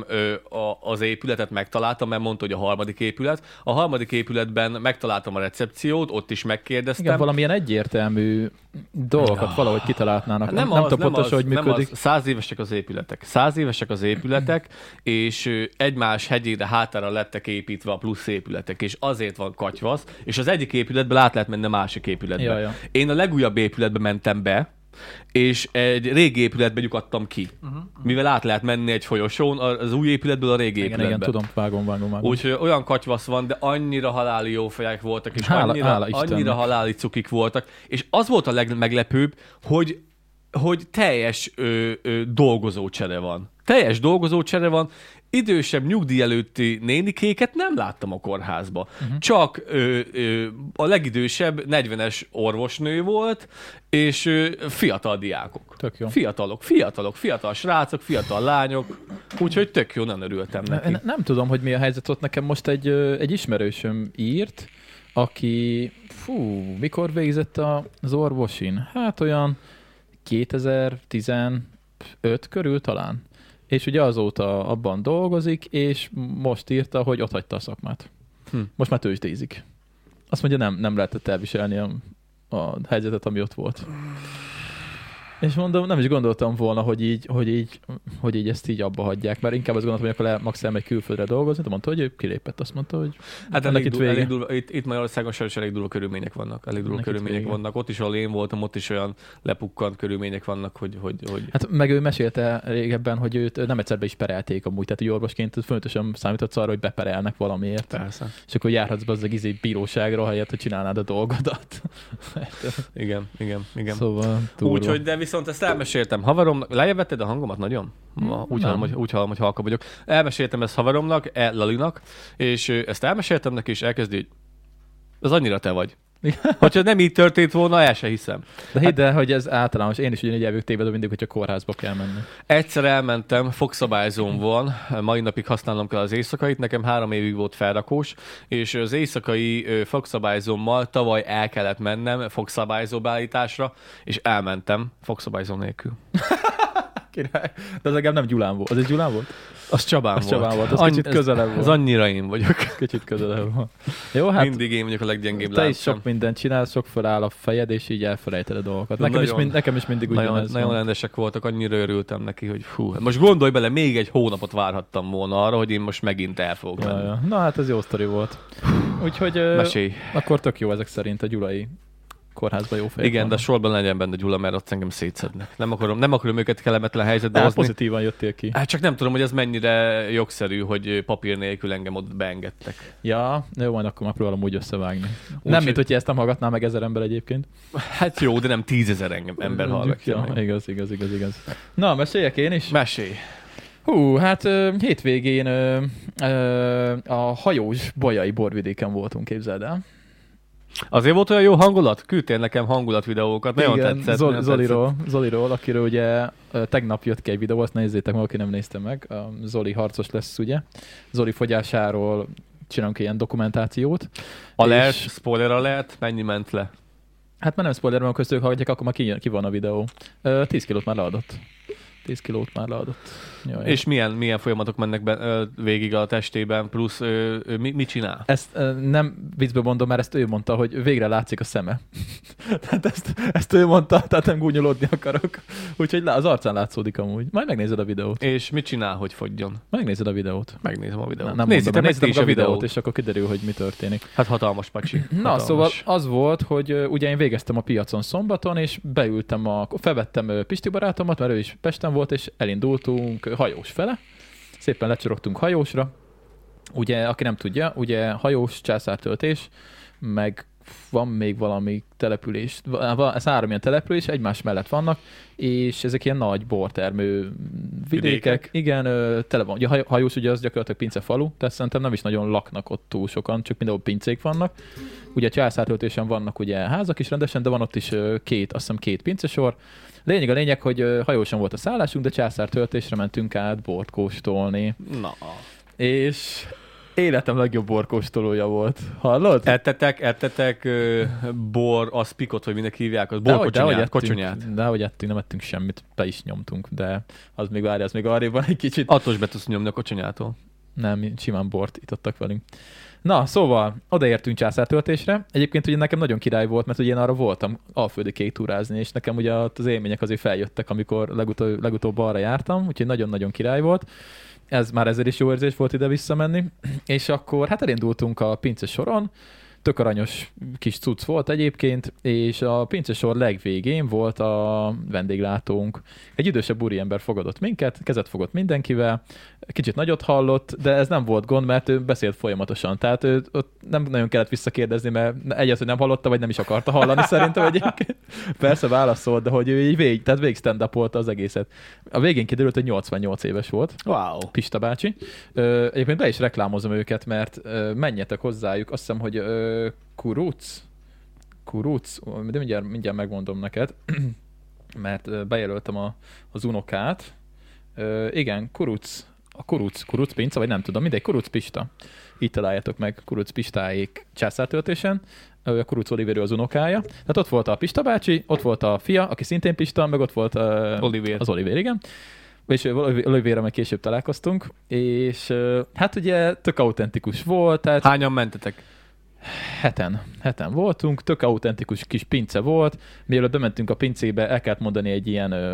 ö, a, az épületet megtaláltam, mert mondta, hogy a harmadik épület. A harmadik épületben megtaláltam a recepciót, ott is megkérdeztem. Igen, valamilyen egyértelmű dolgokat Ja. valahogy kitalálnának. Nem, Nem, nem az, tudom nem pontosan, az, hogy nem működik. az. Száz évesek az épületek. Száz évesek az épületek, és ö, egymás hegyére, hátára lettek építve a plusz épületek, és azért van katyvasz, és az egyik épületből át lehet menni a másik épületbe. Ja, ja. Én a legújabb épületbe mentem be, és egy régi épületbe lyukadtam ki. Uh-huh. Mivel át lehet menni egy folyosón, az új épületből a régi Igen, épületbe. igen, tudom, vágom, vágom, vágom. Úgyhogy olyan katyvasz van, de annyira haláli jó fejek voltak, és Hála- annyira, hála Istennek. annyira haláli cukik voltak. És az volt a legmeglepőbb, hogy, hogy teljes ö, ö, dolgozócsere van. Teljes dolgozócsere van, idősebb nyugdíj előtti nénikéket nem láttam a kórházba. Uh-huh. Csak ö, ö, a legidősebb negyvenes orvosnő volt, és ö, fiatal diákok. Tök jó. Fiatalok, fiatalok, fiatal srácok, fiatal lányok, úgyhogy tök jó, nem örültem neki. Ne, nem tudom, hogy mi a helyzet ott. Nekem most egy, ö, egy ismerősöm írt, aki, fú, mikor végzett a- az orvosin? Hát olyan kétezer-tizenöt körül talán. És ugye azóta abban dolgozik, és most írta, hogy ott hagyta a szakmát. Hm. Most már tőzsdézik. Azt mondja, nem, nem lehetett elviselni a, a helyzetet, ami ott volt. És mondom, nem is gondoltam volna, hogy így, hogy így, hogy így ezt így abba hagyják, mert inkább azt gondoltam, hogy akkor le, max elmegy külföldre dolgozni, de mondta, hogy ő kilépett, azt mondta, hogy Hát ennek elég, itt durva, vége. elég durva, itt, itt Magyarországon sajnos elég durva körülmények vannak. Elég durva Ennek itt körülmények vége. vannak. Ott is, ahol én voltam, ott is olyan lepukkant körülmények vannak, hogy... hogy, hogy... Hát meg ő mesélte régebben, hogy őt nem egyszer be is perelték amúgy, tehát hogy orvosként folyamatosan számított arra, hogy beperelnek valamiért. Persze. És akkor járhatsz be az egész bíróságra, helyett, hogy csinálnád a dolgodat. Igen, igen, igen. Szóval durva. Úgyhogy, de viszont ezt elmeséltem haveromnak. Lejjebb vetted a hangomat nagyon? Ma, úgy, Nem. hallom, hogy, úgy hallom, hogy halka vagyok. Elmeséltem ezt haveromnak, e Lalinak, és ö, ezt elmeséltem neki, és elkezdi, hogy ez annyira te vagy. Hogyha nem így történt volna, el se hiszem. De hidd el, hogy ez általános. Én is ugyanígy elvők tévedem mindig, hogyha kórházba kell menni. Egyszer elmentem, fogszabályzóm van, mai napig használnom kell az éjszakait, nekem három évig volt felrakós, és az éjszakai ö, fogszabályzómmal tavaly el kellett mennem fogszabályzó beállításra, és elmentem fogszabályzó nélkül. Király. De az legalább nem Gyulán volt. Az egy Gyulán volt? Az Csabán Az volt. Csabán volt, az Annyi- kicsit közelebb volt. Ez annyira én vagyok. Kicsit közelebb van. Jó, hát Hát, Mindig én vagyok a leggyengébb te is láncszem. sok mindent csinálsz, sok föláll a fejed, és így elfelejted a dolgokat. De Nekem, is, nagyon- mind, nekem is mindig Nagyon, ugyanez nagyon van. rendesek voltak, annyira örültem neki, hogy hú. Most gondolj bele, még egy hónapot várhattam volna arra, hogy én most megint el fogok Ja, menni. ja. Na hát ez jó sztori volt. Úgyhogy ö, Mesélj. akkor tök jó ezek szerint a gyulai kórházban jó fejek Igen, de vannak. sorban legyen benne Gyula, mert ott engem szétszednek. Nem akarom, nem akarom őket kellemetlen helyzetbe De hozni. pozitívan jöttél ki. Hát csak nem tudom, hogy ez mennyire jogszerű, hogy papír nélkül engem ott beengedtek. Ja, jó, majd akkor már próbálom úgy összevágni. Úgy, nem, hogy- mint hogy ezt nem hallgatná meg ezer ember egyébként. Hát jó, de nem tízezer engem ember hallgatja Ja, meg. igaz, igaz, igaz, igaz. Na, meséljek én is? Mesélj. Hú, hát ö, hétvégén ö, ö, a hajós bajai borvidéken voltunk, képzeld el. Azért volt olyan jó hangulat? Küldtél nekem hangulatvideókat, nagyon Igen, tetszett. Zol- nagyon Zoliról, Zoliról, akiről ugye ö, tegnap jött ki egy videó, azt nézzétek meg, aki nem nézte meg. A Zoli harcos lesz, ugye? Zoli fogyásáról csinálunk ilyen dokumentációt. Alert, És- spoiler alert, mennyi ment le? Hát már nem spoiler, mert köztük hallgatják, akkor már ki, ki van a videó. Ö, tíz kilót már leadott. tíz kilót már leadott. Jaj. És milyen, milyen folyamatok mennek be, ö, végig a testében, plusz ö, ö, mi, mit csinál? Ezt ö, nem viccből mondom, mert ezt ő mondta, hogy végre látszik a szeme. Tehát ezt, ezt ő mondta, tehát nem gúnyolódni akarok. Úgyhogy lá- az arcán látszódik amúgy. Majd megnézed a videót. És mit csinál, hogy fogjon? Megnézed a videót. Megnézem a videót. Na, nem Nézzétek mondom, meg ti nézzétek is meg a videót. videót, és akkor kiderül, hogy mi történik. Hát hatalmas pacsi. Na, Hatalmas. szóval az volt, hogy ö, ugye én végeztem a piacon szombaton, és beültem, a, felvettem ö, Pisti barátomat, mert ő is Pesten volt, és elindultunk ö, hajós fele. Szépen lecsorogtunk hajósra. Ugye, aki nem tudja, ugye hajós császártöltés, meg van még valami település, van, ez három ilyen település, egymás mellett vannak, és ezek ilyen nagy bortermő vidékek. Vidékek. Igen, ö, tele van. Ugye a haj- hajós ugye az gyakorlatilag pincefalu, tehát szerintem nem is nagyon laknak ott túl sokan, csak mindenhol pincék vannak. Ugye a császártöltésen vannak ugye házak is rendesen, de van ott is ö, két, azt hiszem két pincesor. Lényeg a lényeg, hogy ö, hajósan volt a szállásunk, de császártöltésre mentünk át bort kóstolni. Na. És életem legjobb borkóstolója volt. Hallod? Ettetek, ettetek uh, bor, az pikot, vagy minek hívják, az borkocsonyát, kocsonyát. De hogy ettünk, nem ettünk semmit, be is nyomtunk, de az még várja, az még arrébb van egy kicsit. Attól is be tudsz nyomni a kocsonyától. Nem, simán bort itottak velünk. Na, szóval odaértünk császártöltésre. Egyébként ugye nekem nagyon király volt, mert ugye én arra voltam alföldi kéktúrázni, és nekem ugye az élmények azért feljöttek, amikor legutóbb, legutóbb arra jártam, úgyhogy nagyon-nagyon király volt. Ez már ezzel is jó érzés volt ide visszamenni. És akkor hát elindultunk a pince soron, tök aranyos kis cucc volt egyébként, és a pincesor legvégén volt a vendéglátónk. Egy idősebb úriember fogadott minket, kezet fogott mindenkivel, kicsit nagyot hallott, de ez nem volt gond, mert ő beszélt folyamatosan. Tehát ő, ott nem nagyon kellett visszakérdezni, mert egyet, hogy nem hallotta, vagy nem is akarta hallani szerintem egyébként. Persze válaszolt, de hogy ő így végig, tehát végig stand-upolta az egészet. A végén kiderült, hogy nyolcvannyolc éves volt. Wow. Pista bácsi. Ö, egyébként be is reklámozom őket, mert ö, menjetek hozzájuk, azt hiszem, hogy ö, Kuruc, Kuruc, de mindjárt, mindjárt megmondom neked, mert ö, bejelöltem a, az unokát. Ö, igen, Kuruc, a Kuruc, Kuruc Pince, vagy nem tudom, mindegy, Kuruc Pista. Így találjátok meg Kuruc Pistáék császártöltésen. A Kuruc Olivér az unokája. Tehát ott volt a Pista bácsi, ott volt a fia, aki szintén Pista, meg ott volt a, Olivér. az Olivér, igen. És Olivérrel meg később találkoztunk, és hát ugye tök autentikus volt. Tehát hányan mentetek? Heten. Heten voltunk, tök autentikus kis pince volt. Mielőtt bementünk a pincébe, el kellett mondani egy ilyen ö,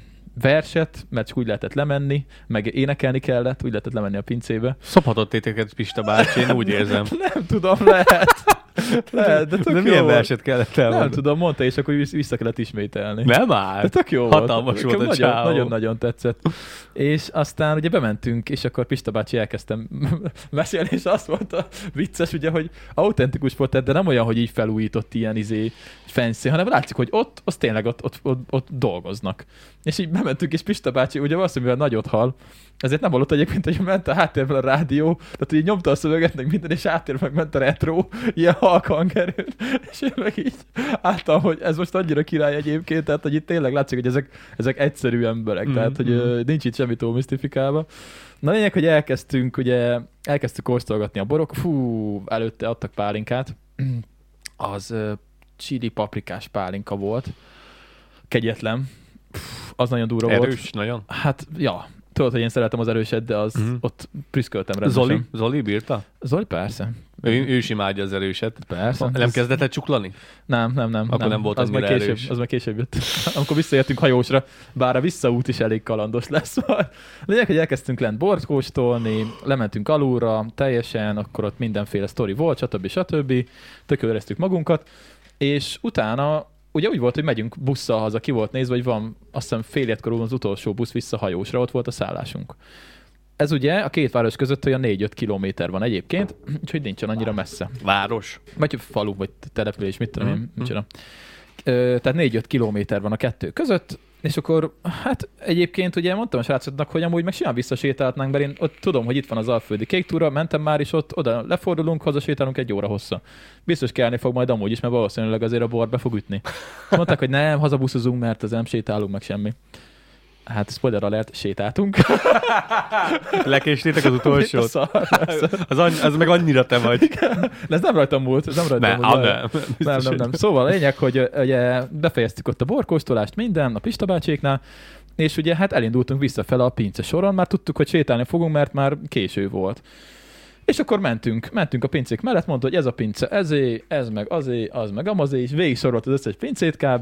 verset, mert csak úgy lehetett lemenni, meg énekelni kellett, úgy lehetett lemenni a pincébe. Szophatott téteket Pista bácsi, én úgy érzem. Nem tudom, lehet. Lehet, de tök de jó milyen volt. verset kellett elmondani? Nem tudom, mondta, és akkor vissza kellett ismételni. Nem áll. De tök jó hatalmas volt. volt a nagyon, csávó. Nagyon-nagyon tetszett. És aztán ugye bementünk, és akkor Pista bácsi elkezdtem mesélni, és azt mondta, vicces ugye, hogy autentikus volt, de nem olyan, hogy így felújított ilyen izé fancy, hanem látszik, hogy ott, az tényleg ott, ott, ott, ott dolgoznak. És így bementünk, és Pista bácsi ugye azt, mivel nagyot hall, ezért nem hallott egyébként, hogy ment a háttérben a rádió, tehát így nyomta a szöveget, meg minden, és háttérben meg ment a retro, ilyen halk hangerőn, és én meg így álltam, hogy ez most annyira király egyébként, tehát hogy itt tényleg látszik, hogy ezek, ezek egyszerű emberek, mm, tehát hogy mm. nincs itt semmi túl misztifikálva. Na lényeg, hogy elkezdtünk, ugye elkezdtük kóstolgatni a borok, fú, előtte adtak pálinkát, az uh, chili paprikás pálinka volt, kegyetlen, Pff, az nagyon durva Erős, volt. Erős, nagyon? Hát, ja. Tudod, hogy én szeretem az erőset, de az uh-huh. ott prüszköltem rendesen. Zoli? Zoli bírta? Zoli persze. Ő, ő is imádja az erőset. Persze. Nem ez... kezdett el csuklani? Nem, nem, nem. Akkor nem, nem volt az annyira később, erős. Az meg később jött. Amikor visszaértünk hajósra, bár a visszaút is elég kalandos lesz. Lényeg, hogy elkezdtünk lent bort kóstolni, lementünk alulra teljesen, akkor ott mindenféle sztori volt, stb. stb. Tök jól éreztük magunkat, és utána ugye úgy volt, hogy megyünk busszal haza, ki volt nézve, hogy van azt hiszem fél hétkorú az utolsó busz vissza hajósra, ott volt a szállásunk. Ez ugye a két város között olyan négy-öt kilométer van egyébként, úgyhogy nincsen annyira messze. Város? Vagy falu, vagy település, mit tudom én, mm-hmm. micsoda. Ö, tehát négy-öt kilométer van a kettő között, és akkor hát egyébként ugye mondtam a srácoknak, hogy amúgy meg simán visszasétáltnánk, mert én ott tudom, hogy itt van az alföldi kéktúra, mentem már is ott, oda lefordulunk, hazasétálunk egy óra hossza. Biztos kelni fog majd amúgy is, mert valószínűleg azért a bor be fog ütni. És mondták, hogy nem, hazabuszozunk, mert az nem sétálunk meg semmi. Hát spoiler alert, sétáltunk. Lekéstétek az utolsót. Szar, az, annyi, az meg annyira te vagy. De ez nem rajtam múlt. Ez nem rajtam ne, múlt. Nem, nem, nem, nem. Szóval a lényeg, hogy ugye befejeztük ott a borkóstolást minden, a Pista bácséknál, és ugye hát elindultunk visszafele a pince soron, már tudtuk, hogy sétálni fogunk, mert már késő volt. És akkor mentünk, mentünk a pincék mellett, mondta, hogy ez a pince ezé, ez meg azé, az meg amazé, és végig sorolt az összes pincét kb.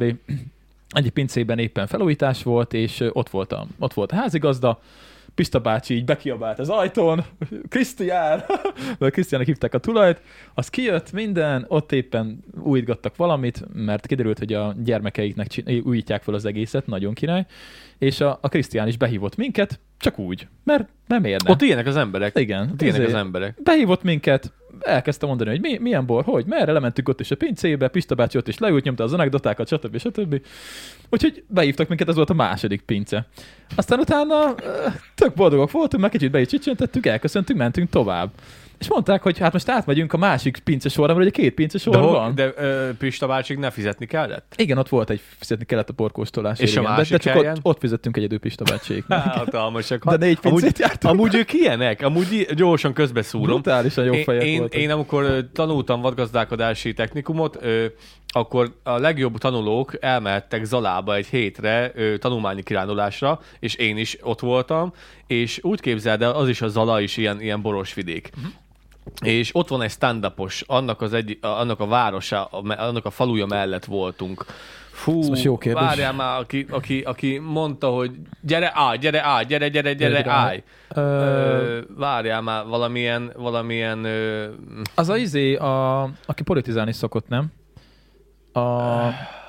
Egy pincében éppen felújítás volt, és ott volt a, ott volt a házigazda, Pista bácsi így bekiabált az ajtón, Krisztián, mert Krisztiánnak hívták a tulajt, az kijött minden, ott éppen újítgattak valamit, mert kiderült, hogy a gyermekeiknek csin- újítják fel az egészet, nagyon király, és a, a Krisztián is behívott minket, csak úgy, mert nem érne. Ott ilyenek az emberek. Igen. Ott ilyenek az emberek. Behívott minket, elkezdte mondani, hogy mi, milyen bor, hogy, merre, lementünk ott is a pincébe, Pista bácsi ott is leült, nyomta az anekdotákat, stb. stb. Úgyhogy behívtak minket, ez volt a második pince. Aztán utána tök boldogok voltunk, meg kicsit be is csicsentettük, elköszöntünk, mentünk tovább. És mondták, hogy hát most átmegyünk a másik pincesorra, mert ugye két pincesor de van. De ö, Pista bácsik ne fizetni kellett? Igen, ott volt egy fizetni kellett a porkóstolásért. És a igen. másik de, de csak helyen? ott, ott fizettünk egyedül Pista bácséknak. Hatalmasak. De négy pincét amúgy, jártunk. amúgy ők ilyenek, amúgy gyorsan közbeszúrom. Brutálisan jó fejek én, voltak. én amikor ö, tanultam vadgazdálkodási technikumot, ö, akkor a legjobb tanulók elmehettek Zalába egy hétre ö, tanulmányi kirándulásra, és én is ott voltam, és úgy képzeld el, az is a Zala is ilyen, ilyen borosvidék. Uh-huh. És ott van egy stand-upos, annak, az egy, annak a városa, annak a faluja mellett voltunk. Fú, várjál már, aki, aki, aki mondta, hogy gyere, állj, gyere, állj, gyere, gyere, gyere, állj. Ö... Várjál már, valamilyen, valamilyen... Ö... Az a izé, a, aki politizálni szokott, nem? A...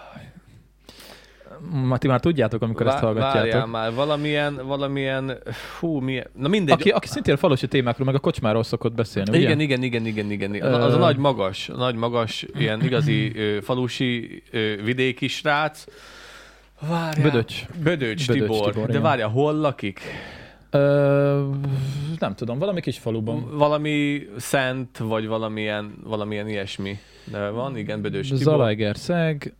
Ti már tudjátok, amikor Vá- ezt hallgatjátok. Várjál már, valamilyen, valamilyen, hú, milyen, na mindegy. Aki, aki szintén a falusi témákról, meg a kocsmáról szokott beszélni, ugye? Igen, igen, igen, igen, igen. Ö... Az a nagy magas, nagy magas, ilyen igazi ö, falusi ö, vidéki srác. Várjál. Bödöcs. Bödöcs, Bödöcs Tibor. Tibor. De várjál, hol lakik? Ö, nem tudom, valami kis faluban. Valami Szent, vagy valamilyen, valamilyen ilyesmi. De van, igen, Bödöcs Tibor. Zalaegerszeg,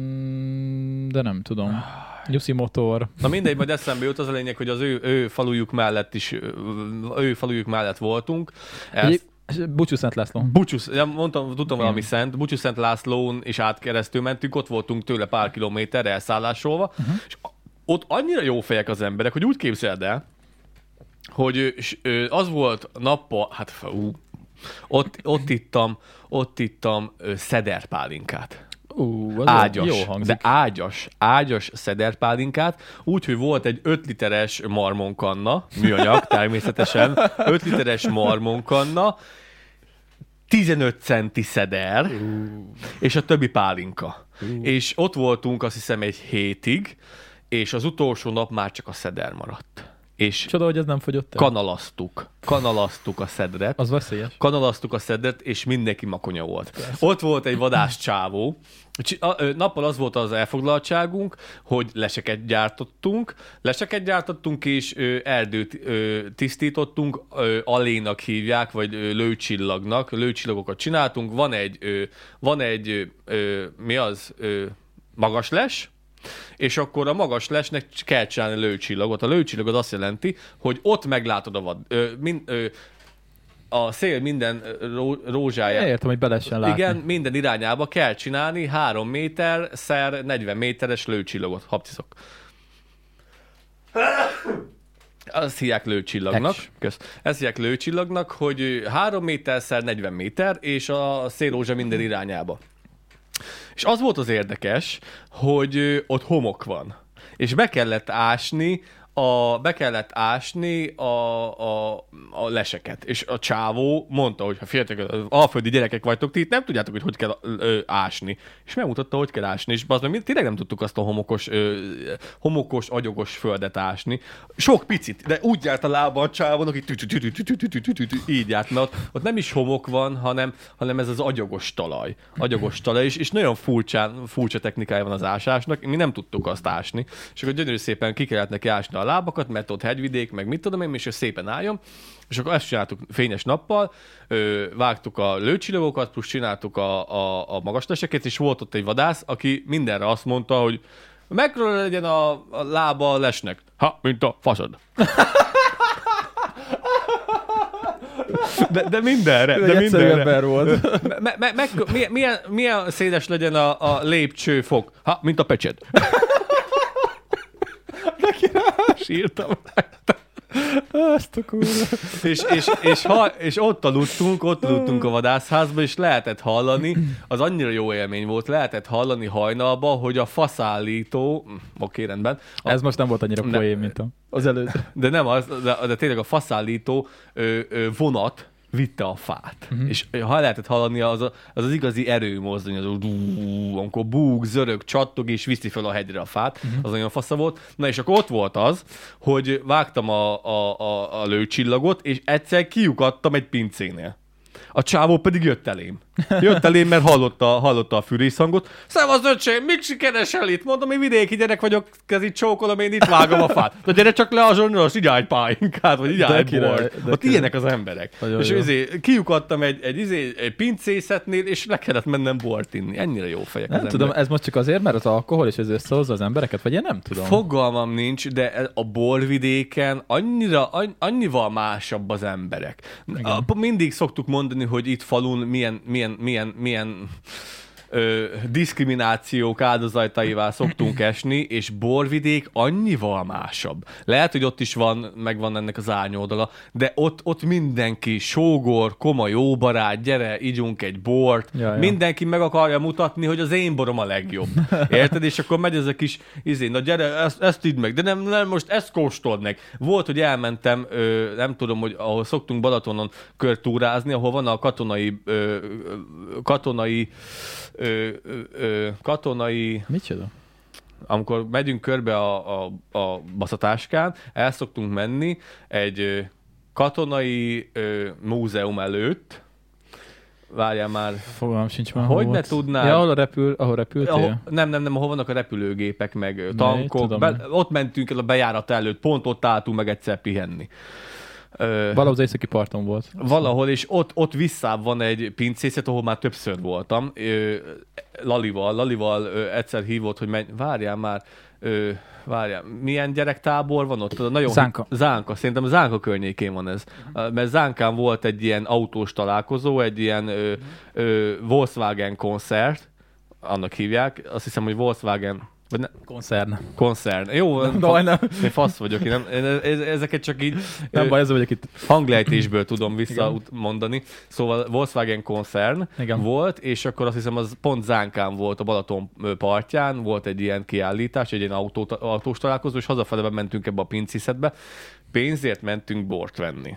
de nem tudom. Nyuszi motor. Na mindegy, majd eszembe jut, az a lényeg, hogy az ő, ő falujuk mellett is, ő falujuk mellett voltunk. Ezt... Búcsú Szent László. Búcsú, mondtam, tudtam valami szent, Búcsú Szent Lászlón is átkeresztül mentünk, ott voltunk tőle pár kilométerre elszállásolva, uh-huh. és ott annyira jó fejek az emberek, hogy úgy képzeld el, hogy az volt nappal, hát ú, ott, ott ittam, ott ittam szederpálinkát. Uh, ágyas, jó hangzik. De ágyas, ágyas szederpálinkát, úgyhogy volt egy öt literes marmonkanna, műanyag természetesen, öt literes marmonkanna, tizenöt centi szeder, uh. és a többi pálinka. Uh. És ott voltunk azt hiszem egy hétig, és az utolsó nap már csak a szeder maradt. És csoda, hogy ez nem fogyott el. Kanalaztuk. Kanalaztuk a szedret. Az veszélyes. Kanalaztuk a szedret, és mindenki makonya volt. Persze. Ott volt egy vadász csávó. Nappal az volt az elfoglaltságunk, hogy leseket gyártottunk. Leseket gyártottunk, és erdőt tisztítottunk. Alénak hívják, vagy lőcsillagnak. Lőcsillagokat csináltunk. Van egy, van egy mi az? Magasles. És akkor a magas lesnek kell csinálni lőcsillagot. A lőcsillag az azt jelenti, hogy ott meglátod a vad... Ö, min, ö, a szél minden ró, rózsáját. Értem, hogy be lehessen látni. Igen, minden irányába kell csinálni három méter szer negyven méteres lőcsillagot. Hapciszok. Azt hívják lőcsillagnak. Kösz. Ezt hívják lőcsillagnak, hogy három méter szer negyven méter, és a szélrózsa minden irányába. És az volt az érdekes, hogy ott homok van. És be kellett ásni a, be kellett ásni a, a, a leseket. És a csávó mondta, hogy ha fiatal, alföldi gyerekek vagytok, ti itt nem tudjátok, hogy hogy kell ö, ásni. És megmutatta, hogy kell ásni. És az meg tényleg nem tudtuk azt a homokos, ö, homokos, agyogos földet ásni. Sok picit, de úgy járt a lába a csávónak, hogy így járt, mert ott, ott nem is homok van, hanem, hanem ez az agyogos talaj. Agyogos talaj, és, és nagyon furcsán, furcsa technikája van az ásásnak. Mi nem tudtuk azt ásni. És akkor gyönyörű szépen ki kellett neki ásni a lábakat, mert ott hegyvidék, meg mit tudom én, és szépen álljon. És akkor ezt csináltuk fényes nappal, ö, vágtuk a lőcsillagokat, plusz csináltuk a, a, a magasleseket, és volt ott egy vadász, aki mindenre azt mondta, hogy mekkora legyen a, a lába a lesnek. Ha, mint a faszad. De, de mindenre, de mindenre. Volt. Me, me, me, milyen, milyen, milyen széles legyen a, a lépcsőfok? Ha, mint a pecsed. Neki sírtam. Azt a kurva. És, és, és, ha, és ott aludtunk, ott aludtunk a vadászházba, és lehetett hallani, az annyira jó élmény volt, lehetett hallani hajnalba, hogy a faszállító, oké, rendben. A, Ez most nem volt annyira poén, mint az előző. De nem az, de, de tényleg a faszállító ö, ö, vonat vitte a fát. Uh-huh. És ha lehetett hallani, az a, az, az igazi erőmozdony, az dú, amikor búg, zörög, csattog, és viszi fel a hegyre a fát, uh-huh. az olyan fasza volt. Na és akkor ott volt az, hogy vágtam a, a, a, a lőcsillagot, és egyszer kiukadtam egy pincénél. A csávó pedig jött elém. Jött elém, mert hallotta, hallotta a fűrészhangot. Szevasz, öcsém, mit keresel itt? Mondom, én vidéki gyerek vagyok, ez itt csókolom, én itt vágom a fát. De gyere csak le a zsonyoros, így állj pálinkát, vagy így állj bort. Ott ilyenek az emberek. Nagyon és izé, kiukadtam egy, egy, izé, egy pincészetnél, és le kellett mennem bort inni. Ennyire jó fejek nem az tudom, emberek. ez most csak azért, mert az alkohol és ez összehozza az embereket, vagy én nem tudom. Fogalmam nincs, de a borvidéken annyira, annyival másabb az emberek. A, mindig szoktuk mondani, hogy itt falun milyen, milyen, milyen, milyen ö, diszkriminációk áldozataivá szoktunk esni, és borvidék annyival másabb. Lehet, hogy ott is van, megvan ennek az árnyoldala, de ott, ott mindenki sógor, koma jó barát, gyere, ígyunk egy bort, ja, ja. Mindenki meg akarja mutatni, hogy az én borom a legjobb. Érted? És akkor megy ez a kis izé, na gyere, ezt, ezt idd meg, de nem, nem most ezt kóstold meg. Volt, hogy elmentem, ö, nem tudom, hogy ahol szoktunk Balatonon körtúrázni, ahol van a katonai ö, katonai Ö, ö, ö, katonai... Micsoda? Amikor megyünk körbe a, a, a baszatáskán, el szoktunk menni egy ö, katonai ö, múzeum előtt. Várjál már. Fogalmam sincs már. Hogy ne tudnád? Ja, ahol, repül, ahol repültél? Ahol, nem, nem, nem, ahol vannak a repülőgépek, meg tankok. Be, ott mentünk el a bejárat előtt, pont ott álltunk meg egyszer pihenni. Valahol az északi parton volt. Valahol, és ott, ott visszább van egy pincészet, ahol már többször voltam. Lalival, Lalival egyszer hívott, hogy menj, várjál már, várjál, milyen gyerektábor van ott? Nagyon Zánka. Hit, Zánka, szerintem Zánka környékén van ez. Uh-huh. Mert Zánkán volt egy ilyen autós találkozó, egy ilyen ö, ö, Volkswagen koncert, annak hívják, azt hiszem, hogy Volkswagen vagy ne... Koncern. Koncern. Jó, nem, fa... nem. Én fasz vagyok. Én nem, én ezeket csak így nem baj, ez vagyok itt. Hanglejtésből tudom visszamondani. Szóval Volkswagen koncern Igen. volt, és akkor azt hiszem, az pont Zánkán volt, a Balaton partján, volt egy ilyen kiállítás, egy ilyen autó, autós találkozó, és hazafele mentünk ebbe a pincészetbe. Pénzért mentünk bort venni.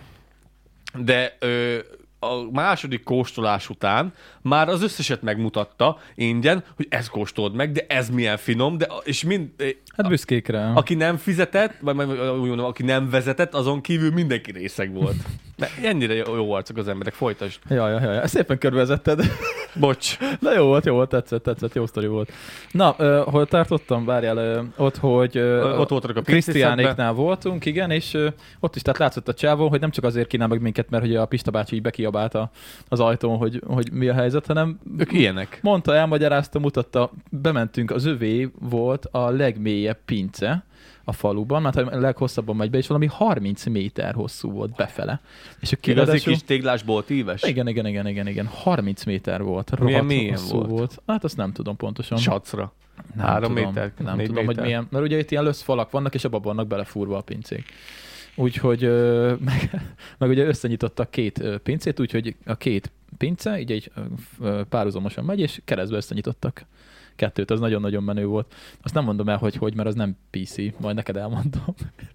De... Ö, a második kóstolás után már az összeset megmutatta ingyen, hogy ezt kóstold meg, de ez milyen finom, de és mind... Hát büszkék rá. Aki nem fizetett, vagy úgy mondom, aki nem vezetett, azon kívül mindenki részeg volt. De ennyire jó, jó arcok az emberek, folytasd. Jaj, jaj, jaj, szépen körbevezetted. Bocs. Na jó volt, jó volt, tetszett, tetszett, jó sztori volt. Na, uh, hol tartottam? Várjál, uh, ott, hogy uh, ott voltak a Krisztiánéknál voltunk, igen, és uh, ott is tehát látszott a csávó, hogy nem csak azért kínál meg minket, mert hogy a Pista bácsi így bekiabálta az ajtón, hogy, hogy mi a helyzet, hanem ők ilyenek. Mondta, elmagyarázta, mutatta, bementünk, az övé volt a legmélyebb pince a faluban, mert a leghosszabban megy be, és valami harminc méter hosszú volt befele. És a kiradású... Igazi kis téglásból tíves? Igen, igen, igen, igen, igen. harminc méter volt. Milyen mélyen volt? volt? Hát azt nem tudom pontosan. Sacra. Nem Három tudom, méter? Nem négy tudom, méter? hogy milyen, mert ugye itt ilyen löszfalak vannak, és abban vannak belefúrva a pincék. Úgyhogy meg, meg ugye összenyitottak két pincét, úgyhogy a két pince így egy párhuzamosan megy, és keresztbe összenyitottak kettőt, az nagyon-nagyon menő volt. Azt nem mondom el, hogy hogy, mert az nem pé cé, majd neked elmondom.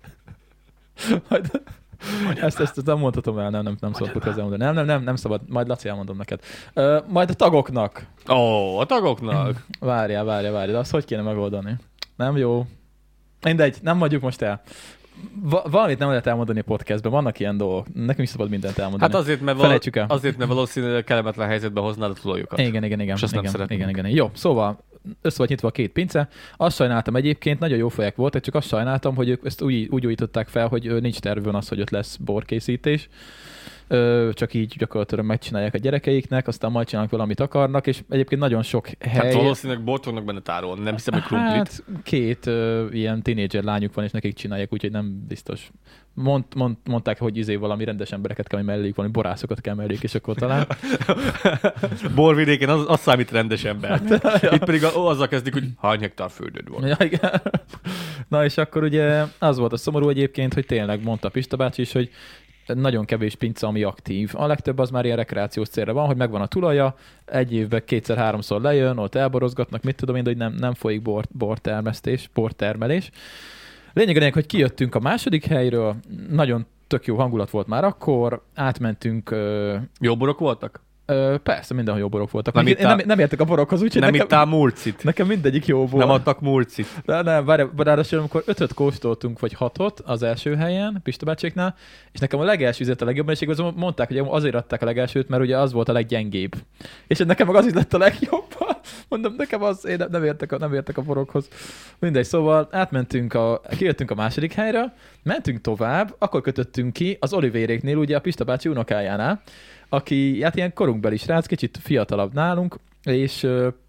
majd, ezt, ezt nem mondhatom el, nem, nem, nem szoktuk ezzel mondani. Nem, nem, nem, nem szabad, majd Laci elmondom neked. Uh, majd a tagoknak. Ó, oh, a tagoknak. Várjál, várjál, várjál, de azt hogy kéne megoldani? Nem jó. Mindegy, nem mondjuk most el. Va- valamit nem lehet elmondani a podcastben, vannak ilyen dolgok. Nekem is szabad mindent elmondani. Hát azért, mert, val- azért, mert valószínűleg kellemetlen helyzetbe hoznád a tulajokat. Igen, igen, igen. És azt igen, nem szeretném. igen, igen, igen. Jó, szóval össze volt nyitva a két pince. Azt sajnáltam egyébként, nagyon jó fejek voltak, csak azt sajnáltam, hogy ők ezt úgy, úgy újították fel, hogy nincs tervön az, hogy ott lesz borkészítés. Ö, csak így gyakorlatilag megcsinálják a gyerekeiknek, aztán majd csinálnak valamit akarnak, és egyébként nagyon sok hely... Hát valószínűleg bort fognak benne tárolni, nem hiszem, hogy krumplit. Hát két ö, ilyen tínédzser lányuk van, és nekik csinálják, úgyhogy nem biztos. Mond, mond, mondták, hogy izé valami rendes embereket kell melléjük, valami borászokat kell melléjük, és akkor talán... Borvidéken az, az számít rendes ember. Itt pedig azzal kezdik, hogy hány hektár földöd van. Ja, igen. Na és akkor ugye az volt a szomorú egyébként, hogy tényleg mondta Pista bácsi is, hogy nagyon kevés pince, ami aktív. A legtöbb az már ilyen rekreációs célra van, hogy megvan a tulaja, egy évben kétszer-háromszor lejön, ott elborozgatnak, mit tudom én, de hogy nem, nem folyik bor, bortermesztés, bortermelés. Lényeg, hogy kijöttünk a második helyről, nagyon tök jó hangulat volt már akkor, átmentünk... Jó borok voltak? Ö, persze, mindenhol jó borok voltak. Nem Én, ittál... nem, nem értek a borokhoz, úgyhogy nem nekem, ittál murcit. nekem mindegyik jó volt. Nem adtak murcit. De nem, várj, ráadásul amikor ötöt kóstoltunk, vagy hatot az első helyen, Pista bácséknál, és nekem a legelső üzlet a legjobb, és igazán mondták, hogy azért adták a legelsőt, mert ugye az volt a leggyengébb. És nekem meg az is lett a legjobb. Mondom, nekem az, én nem értek a, nem értek a borokhoz. Mindegy, szóval átmentünk, a, kijöttünk a második helyre, mentünk tovább, akkor kötöttünk ki az Olivéréknél, ugye a Pista bácsi unokájánál, aki hát ilyen korunkbeli srác, kicsit fiatalabb nálunk, és,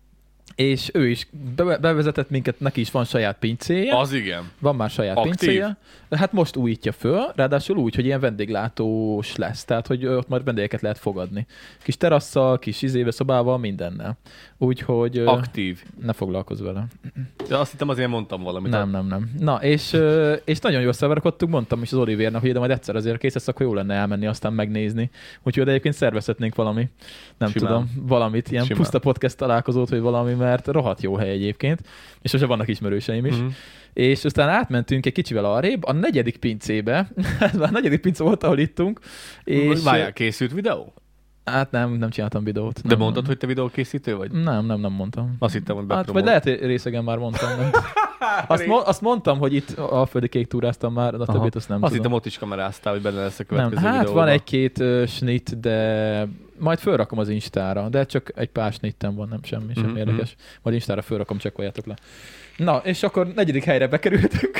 és ő is be, bevezetett minket, neki is van saját pincéje. Az igen. Van már saját Aktív. pincéje. Hát most újítja föl, ráadásul úgy, hogy ilyen vendéglátós lesz, tehát hogy ott majd vendégeket lehet fogadni. Kis terasszal, kis izébe, szobával, mindennel. Úgyhogy... Aktív. Ne foglalkozz vele. De azt hittem azért mondtam valamit. Nem, nem, nem. Na, és, és nagyon jól szerverekodtunk, mondtam is az Olivérnek, hogy de majd egyszer azért kész lesz, akkor jó lenne elmenni, aztán megnézni. Úgyhogy de egyébként szervezhetnénk valami, nem Simán. tudom, valamit, ilyen Simán. puszta podcast találkozót, vagy valami, mert rohadt jó hely egyébként, és most vannak ismerőseim is. Mm-hmm. És aztán átmentünk egy kicsivel arrébb, a negyedik pincébe, a negyedik pince volt, ahol ittunk. És... Várjál, készült videó? Hát nem, nem csináltam videót. De nem, mondtad, nem. hogy te videókészítő vagy? Nem, nem, nem mondtam. Azt hittem, hogy Hát, vagy lehet, hogy részegen már mondtam. Nem. Azt, mo- azt mondtam, hogy itt Alföldi Kék túráztam már, de a többit azt nem Azt tudom. hittem, ott is kameráztál, hogy benne lesz a Nem, következő hát videóban. van egy-két uh, snit, de majd fölrakom az Instára, de csak egy pár snitten van, nem semmi, sem Mhm, érdekes. Majd Instára fölrakom, csekkoljátok le. Na, és akkor negyedik helyre bekerültünk,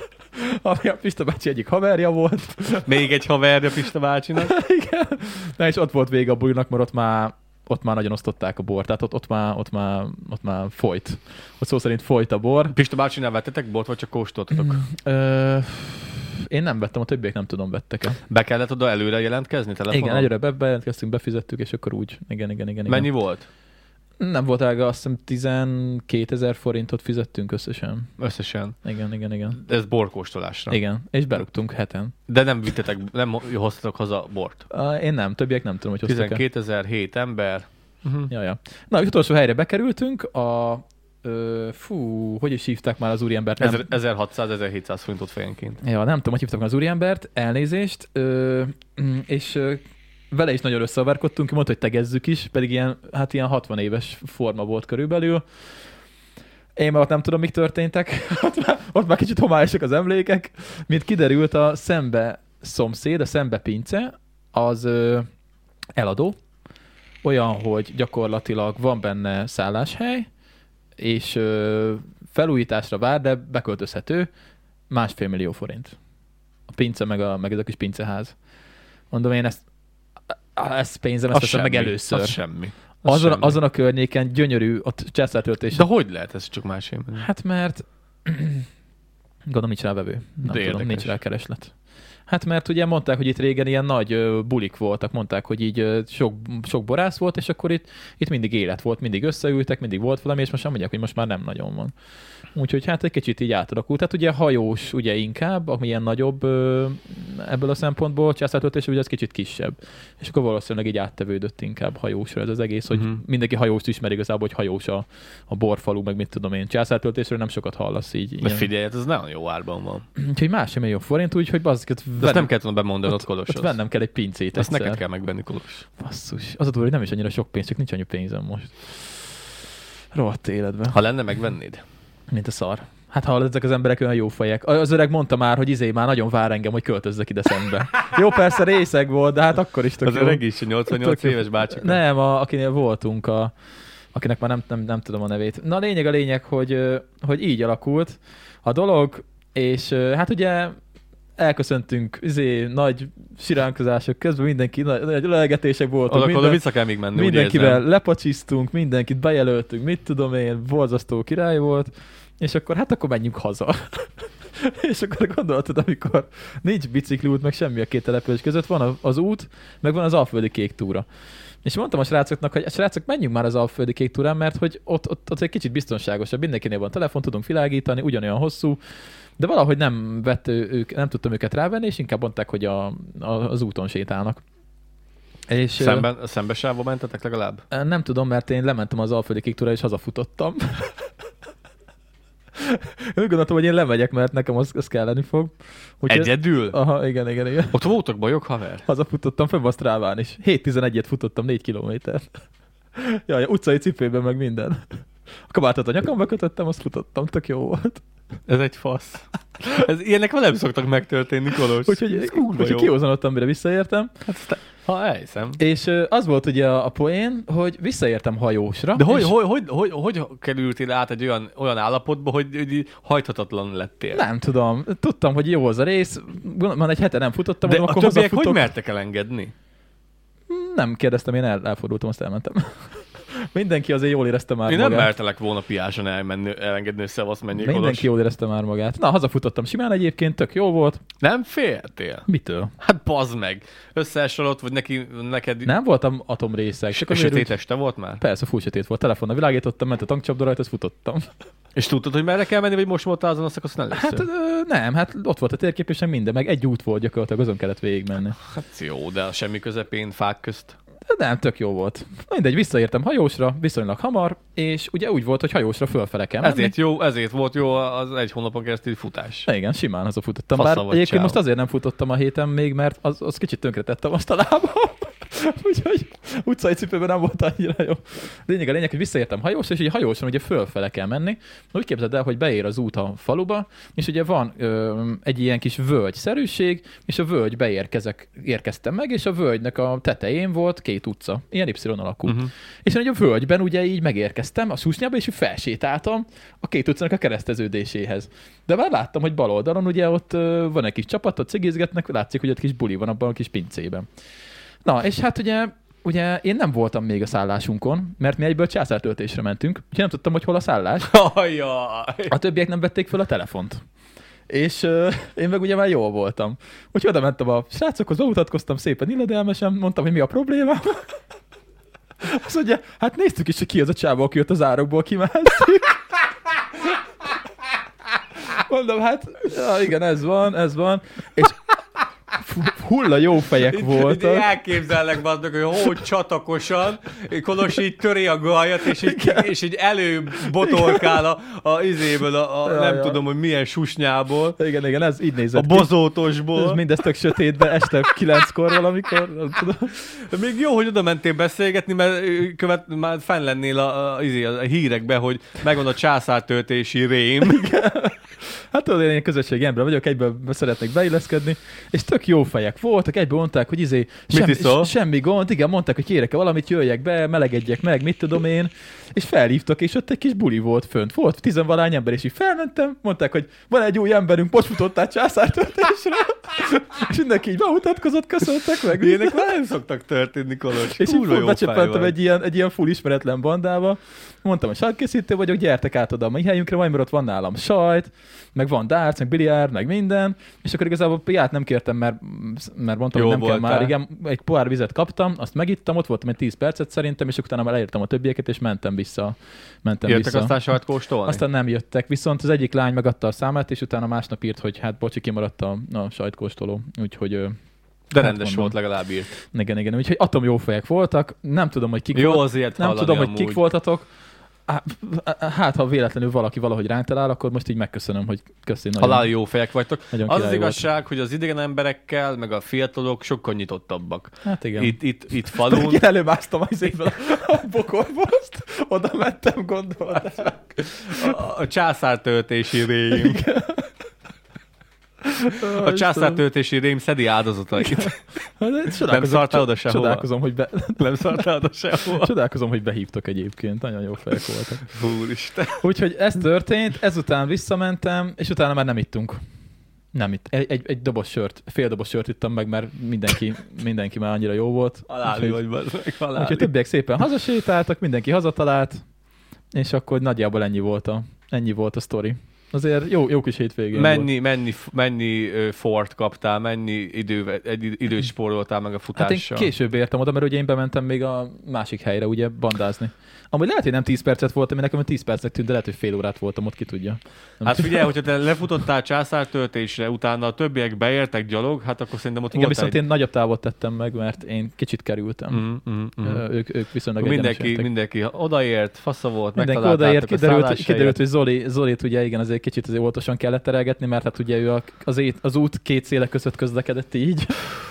ami a Pista bácsi egyik haverja volt. Még egy haverja Pista bácsinak. Igen. Na, és ott volt vége a bulinak, mert ott már ott már nagyon osztották a bort, tehát ott, ott, már, ott, már, ott már folyt. Ott szó szerint folyt a bor. Pista bácsinál vettetek bort, vagy csak kóstoltatok? Ö, én nem vettem, a többiek nem tudom, vettek-e. Be kellett oda előre jelentkezni telefonon? Igen, egyre be, bejelentkeztünk, befizettük, és akkor úgy. Igen, igen, igen. Mennyi igen. volt? Nem volt ága, azt hiszem tizenkétezer forintot fizettünk összesen. Összesen. Igen, igen, igen. Ez borkóstolásra. Igen, és berúgtunk heten. De nem vittetek, nem hoztatok haza bort. Uh, én nem, többiek nem tudom, hogy hoztak-e. tizenkétezer-hét ember. Uh-huh. Ja, ja. Na, utolsó helyre bekerültünk, a Ö, fú, hogy is hívták már az úriembert? Nem... ezerhatszáz-ezerhétszáz forintot fejenként. Ja, nem tudom, hogy hívták már az úriembert, elnézést, ö, és ö, vele is nagyon összeverkodtunk, mondta, hogy tegezzük is, pedig ilyen, hát ilyen hatvan éves forma volt körülbelül. Én már ott nem tudom, mik történtek, ott, már, ott már kicsit homályosak az emlékek. Mint kiderült, a szembe szomszéd, a szembe pince, az ö, eladó, olyan, hogy gyakorlatilag van benne szálláshely, és ö, felújításra vár, de beköltözhető, másfél millió forint. A pince, meg, a, meg ez a kis pinceház. Mondom én, ezt, ezt pénzem, ezt veszem meg először. Az semmi. Az Azon, semmi. azon a környéken gyönyörű, ott császártöltés. De hogy lehet ez csak másfél millió? Hát mert gondolom nincs rá vevő. Nem De tudom, érdekes. nincs rá kereslet. Hát mert ugye mondták, hogy itt régen ilyen nagy ö, bulik voltak, mondták, hogy így ö, sok, sok borász volt, és akkor itt, itt mindig élet volt, mindig összeültek, mindig volt valami, és most nem mondják, hogy most már nem nagyon van. Úgyhogy hát egy kicsit így átalakult. Tehát ugye hajós ugye inkább, ami ilyen nagyobb ö, ebből a szempontból, császártöltés ugye az kicsit kisebb. És akkor valószínűleg így áttevődött inkább hajósra ez az egész, hogy Mhm. mindenki hajóst ismer igazából, hogy hajós a, a borfalu, meg mit tudom én. Császártöltésről nem sokat hallasz így. De Ilyen. figyelj, ez nagyon jó árban van. Úgyhogy másfél millió forint, úgyhogy bazzikat De ezt nem kellett volna bemondanod ott, Koloshoz. ott vennem kell egy pincét Ezt egyszer. neked kell megvenni, Kolos. Basszus. Az a durva, hogy nem is annyira sok pénz, csak nincs annyi pénzem most. Rohadt életben. Ha lenne, megvennéd? Mint a szar. Hát hallod, ezek az emberek olyan jó fejek. Az öreg mondta már, hogy izé már nagyon vár engem, hogy költözzek ide szembe. Jó, persze részeg volt, de hát akkor is tök Az jó. öreg is, nyolcvannyolc Tök jó. éves bácsik. Nem, a, akinél voltunk, a, akinek már nem, nem, nem tudom a nevét. Na a lényeg a lényeg, hogy, ö, hogy így alakult a dolog, és ö, hát ugye elköszöntünk izé, nagy siránkozások közben, mindenki, nagy, nagy ölelgetések voltak. Oda, minden, oda vissza kell még menni, úgy mindenkivel érzem. lepacsisztunk, mindenkit bejelöltünk, mit tudom én, borzasztó király volt, és akkor hát akkor menjünk haza. És akkor gondoltad, amikor nincs bicikliút, meg semmi a két település között, van az út, meg van az Alföldi Kék túra. És mondtam a srácoknak, hogy srácok, menjünk már az Alföldi Kék túrán, mert hogy ott, ott, ott egy kicsit biztonságosabb, mindenkinél van telefon, tudunk világítani, ugyanolyan hosszú, de valahogy nem, vett ők, nem tudtam őket rávenni, és inkább mondták, hogy a, a, az úton sétálnak. És, Szemben, szembe sávba mentetek legalább? Nem tudom, mert én lementem az Alföldi Kék túrára, és hazafutottam. Úgy gondoltam, hogy én lemegyek, mert nekem az, az kelleni fog. Úgyhogy Egyedül? Ez... Aha, igen, igen, igen. Ott voltak bajok, haver? Hazafutottam, fenn a Stráván is. hét tizenegyet futottam, négy kilométert. Jaj, utcai cipőben meg minden. A kabátot a nyakamba kötöttem, azt futottam, tök jó volt. Ez egy fasz. Ez, ilyenek velem szoktak megtörténni, Kolos. Úgyhogy, úgyhogy kihozanodtam, mire visszaértem. Hát aztán, ha elhiszem. És az volt ugye a, a poén, hogy visszaértem hajósra. De hogy, és... hogy, hogy, hogy, hogy kerültél át egy olyan, olyan állapotba, hogy, hogy hajthatatlan lettél? Nem tudom. Tudtam, hogy jó az a rész. Van egy hete nem futottam. De a akkor többiek hazafutok... hogy mertek elengedni? Nem kérdeztem, én el, elfordultam, azt elmentem. Mindenki azért jól érezte már Én magát. nem mertelek volna piáson elmenni, elengedni, szevasz, menjék. Mindenki Kolos. Jól érezte már magát. Na, hazafutottam simán egyébként, tök jó volt. Nem féltél? Mitől? Hát bazd meg. Összeesodott, vagy neki, neked... Nem voltam atomrészek. És sötét este volt már? Persze, full sötét volt. Telefonnal világítottam, ment a tankcsapda rajta, azt futottam. És tudtad, hogy merre kell menni, vagy most voltál azon a szakaszon először? Hát ö, nem, hát ott volt a térkép, és minden, meg egy út volt gyakorlatilag, azon kellett végigmenni. Hát jó, de a semmi közepén, fák közt. De nem, tök jó volt. Mindegy, visszaértem hajósra, viszonylag hamar, és ugye úgy volt, hogy hajósra fölfele kell menni. Ezért jó, ezért volt jó az egy hónapon keresztül futás. Igen, simán hazafutottam. Bár egyébként csáv. Most azért nem futottam a héten még, mert az, az kicsit tönkretettem azt a lábam. Úgyhogy utcai cipőben nem volt annyira jó. Lényeg a lényeg, hogy visszaértem hajósra, és ugye hajóson ugye fölfele kell menni. Úgy képzeld el, hogy beér az út a faluba, és ugye van ö, egy ilyen kis völgyszerűség, és a völgybe érkezek, érkeztem meg, és a völgynek a tetején volt két utca, ilyen Y alakú. Uh-huh. És ugye a völgyben ugye így megérkeztem a Szusnyába, és felsétáltam a két utcának a kereszteződéséhez. De már láttam, hogy bal oldalon ugye ott ö, van egy kis csapat, ott cigizgetnek, látszik, hogy ott kis buli van abban a kis pincében. Na, és hát ugye, ugye én nem voltam még a szállásunkon, mert mi egyből császártöltésre mentünk, úgyhogy nem tudtam, hogy hol a szállás. Ajaj. A többiek nem vették fel a telefont. És uh, én meg ugye már jól voltam. Úgyhogy oda mentem a srácokhoz, bemutatkoztam szépen illedelmesen, mondtam, hogy mi a probléma. Azt mondja, hát néztük is, hogy ki az a csába, aki jött az árokból kimászik. Mondom, hát ja, igen, ez van, ez van. És hulla jó fejek voltak. Elképzellek bazdok, hogy hogy csatakosan, Kolos így töri a gajat, és így, és így előbotorkál a, a izéből, a, a ja, nem ja. tudom, hogy milyen susnyából. Igen, igen, ez így nézett. A bozótosból. Ez mindez tök sötétben, este kilenckor valamikor, nem tudom. Még jó, hogy oda mentél beszélgetni, mert követ, már fenn lennél a, a, a, a hírekben, hogy megvan a császártöltési rém. Igen. Hát tudod, én egy közösségi ember vagyok, egyből szeretnék beilleszkedni, és tök jó fejek voltak, egyből mondták, hogy izé, semmi, semmi gond, igen, mondták, hogy kérek-e valamit, jöjjek be, melegedjek meg, mit tudom én, és felhívtak, és ott egy kis buli volt fönt. Volt tizenvalány ember, és így felmentem, mondták, hogy van egy új emberünk, most futottál császártöltésre, és mindenki így bemutatkozott, köszöntek meg. Ilyenek már nem szoktak történni, Kolos. És így becsöppentem egy ilyen, egy ilyen full ismeretlen bandába, mondtam, hogy sajtkészítő vagyok, gyertek át oda a mi helyünkre, majd mert ott van nálam sajt, meg van darts, meg biliárd, meg minden, és akkor igazából piát nem kértem, mert, mert mondtam, jó hogy nem voltál. Kell már, igen, egy pohár vizet kaptam, azt megittam, ott voltam egy tíz percet szerintem, és utána már elértem a többieket, és mentem vissza. Mentem jöttek vissza. Aztán sajt kóstolni? Aztán nem jöttek, viszont az egyik lány megadta a számát, és utána másnap írt, hogy hát bocsi, kimaradt a, a sajtkóstoló, úgyhogy... De hát rendes mondom. Volt, legalább írt. Igen, igen, úgyhogy atom jó fejek voltak, nem tudom, hogy kik, jó, volt, azért nem tudom, amúgy. hogy kik voltatok. Hát, ha véletlenül valaki valahogy ránk talál, akkor most így megköszönöm, hogy köszönöm. Halál jó fejek vagytok. Az az igazság, volt. Hogy az idegen emberekkel, meg a fiatalok sokkal nyitottabbak. Hát igen. Itt, itt, itt falun... Én előmásztam az évvel a bokorbozt, oda mentem, gondoltam. A, a császártöltési rém. A császártöltési rém szedi áldozatait. Nem szartál oda sehova? Csodálkozom, hogy be... Nem szartál oda sehova? Csodálkozom, hogy behívtok egyébként. Nagyon jó fejek voltak. Úristen. Úgyhogy ez történt, ezután visszamentem, és utána már nem ittunk. Nem itt. Egy, egy, egy doboz sört, fél doboz sört ittam meg, mert mindenki, mindenki már annyira jó volt. Haláli vagy meg, haláli. Úgyhogy többiek szépen hazasétáltak, mindenki hazatalált, és akkor nagyjából ennyi volt a, ennyi volt a sztori. azért jó, jó kis hétvégén Mennyi, mennyi, mennyi fort kaptál, mennyi idő, egy időt spóroltál meg a futással? Hát én később értem oda, mert ugye én bementem még a másik helyre, ugye bandázni. Amúgy lehet, hogy nem tíz percet voltam, én nekem tíz percnek tűnt, de lehet, hogy fél órát voltam ott, ki tudja. Nem hát tudom. figyelj, hogyha te lefutottál császártöltésre, utána a többiek beértek gyalog, hát akkor szerintem ott igen, volt viszont egy... én nagyobb távot tettem meg, mert én kicsit kerültem. Mm, mm, mm. Ö, ők, ők viszonylag Mindenki, mindenki odaért, fasza volt, Mindenki odaért, kiderült, kiderült, kiderült, hogy Zoli, Zolit ugye igen, azért kicsit azért óvatosan kellett terelgetni, mert hát ugye ő a, az, ét, az út két széle között közlekedett így.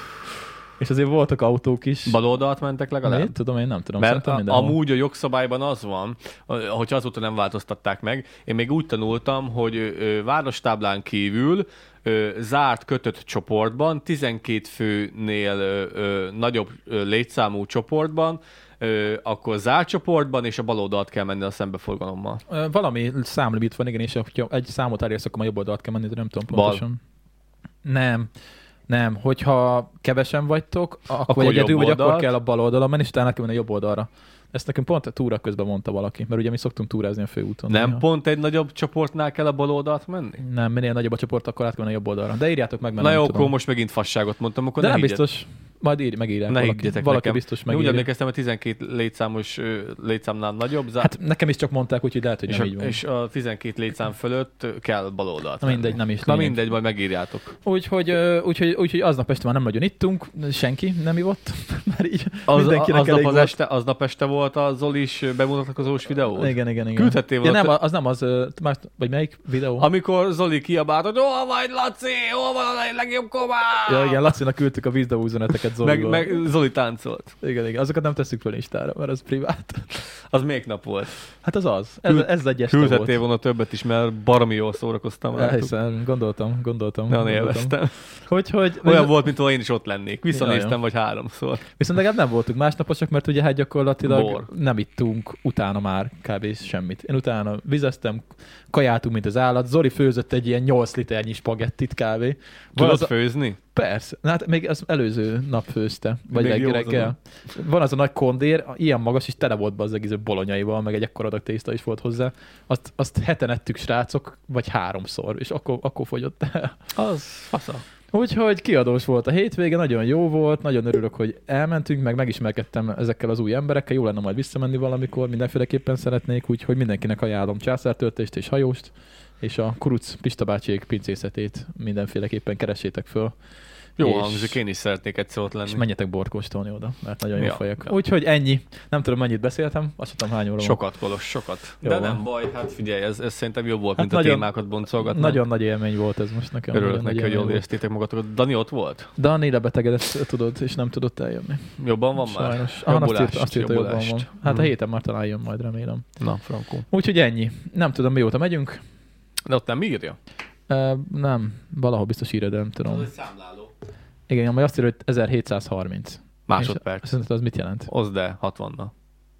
És azért voltak autók is. Bal oldalt mentek legalább? Én tudom, én nem tudom. Mert a, amúgy a jogszabályban az van, hogyha azóta nem változtatták meg, én még úgy tanultam, hogy ö, várostáblán kívül ö, zárt kötött csoportban, tizenkét főnél ö, ö, nagyobb ö, létszámú csoportban, ö, akkor zárt csoportban, és a bal oldalt kell menni a szembeforgalommal. Valami számlimit van, igen, és ha egy számot elérsz, akkor a jobb oldalt kell menni, de nem tudom pontosan. Bal. Nem. Nem, hogyha kevesen vagytok, akkor, akkor vagy egyedül, vagy akkor kell a bal oldalon menni, és utána kell menni a jobb oldalra. Ezt nekem pont a túra közben mondta valaki, mert ugye mi szoktunk túrázni a főúton. Nem néha. Pont egy nagyobb csoportnál kell a bal oldalt menni? Nem, minél nagyobb a csoport, akkor át kell menni a jobb oldalra. De írjátok meg, mert na nem jó, tudom. akkor most megint fasságot mondtam, akkor de ne nem higgyed. biztos. Majd ír, megírják. Ne valaki, higgyetek valaki nekem. biztos Én megírja. úgy emlékeztem, hogy tizenkét létszámos létszámnál nagyobb. Zá... Hát nekem is csak mondták, úgyhogy lehet, hogy és nem a, így van. És a tizenkét létszám fölött kell bal oldalt. Na mindegy, nem is. Na mindegy, majd megírjátok. Úgyhogy, úgyhogy, úgyhogy aznap este már nem nagyon ittunk, senki nem ivott, mert így az, mindenkinek aznap elég az volt. este, aznap este volt a Zolis bemutatkozós videó? Igen, igen, igen. Küldhettél ja, volna. nem, az nem az, más, vagy melyik videó? Amikor Zoli kiabált, hogy hol vagy Laci, hol van a legjobb komár? Ja, igen, Lacinak küldtük a videó üzeneteket Zolival. Meg, meg Zoli táncolt. Igen, igen, azokat nem tesszük fel Instára, mert az privát. Az még nap volt. Hát az az. Ez, ez egy este volt. Küldhettél volna többet is, mert baromi jól szórakoztam. Elhiszem, gondoltam, gondoltam. Nagyon gondoltam. élveztem. Hogy, hogy, olyan volt, mint ahol én is ott lennék. Visszanéztem, Jaj, vagy háromszor. Viszont legalább nem voltunk másnaposak, mert ugye hát gyakorlatilag Bor. nem ittunk utána már kb. Semmit. Én utána vizeztem, kajáltunk, mint az állat. Zoli főzött egy ilyen nyolc liternyi spagettit kb. Tudod az a... főzni? Persze. Na, hát még az előző nap főzte. Vagy Még reggel. reggel. Van az a nagy kondér, ilyen magas, és tele volt be az egész bolonyaival, meg egy ekkora adag tészta is volt hozzá. Azt, azt heten ettük, srácok, vagy háromszor, és akkor, akkor fogyott el. Az fasza. Úgyhogy kiadós volt a hétvége, nagyon jó volt, nagyon örülök, hogy elmentünk, meg megismerkedtem ezekkel az új emberekkel, jó lenne majd visszamenni valamikor, mindenféleképpen szeretnék, úgyhogy mindenkinek ajánlom császártörtést és hajóst, és a Kuruc Pista bácsiék pincészetét mindenféleképpen keressétek föl. Jó és, hangzik, én is szeretnék egyszer ott lenni. És menjetek borkóstolni oda, mert nagyon jó Ja, folyak. ja. Úgyhogy ennyi. Nem tudom, mennyit beszéltem, azt tudom, hány óra van. Sokat, Kolos, sokat. Jó De van. nem baj, hát figyelj, ez, ez szerintem jobb volt, Hát mint nagyon- a témákat boncolgatni. Nagyon nagy élmény volt ez most nekem. Örülök nagyon neki, nagy hogy jól élmény volt. éreztétek magatokat. Dani ott volt? Dani lebetegedett, tudod, és nem tudott eljönni. Jobban van már? Sajnos. Ah, azt írta, azt írta, jobban van. jobbulást. Hát a Mhm. héten már talán jön majd, remélem. Na, frankó. Úgyhogy ennyi. Nem tudom, mióta megyünk. De ott nem írja? Uh, nem, valahol biztos írja, de nem tudom. egy számláló. Igen, amely azt írja, hogy ezerhétszázharminc. Másodperc. És Szerinted az mit jelent? Oszd el hatvannal.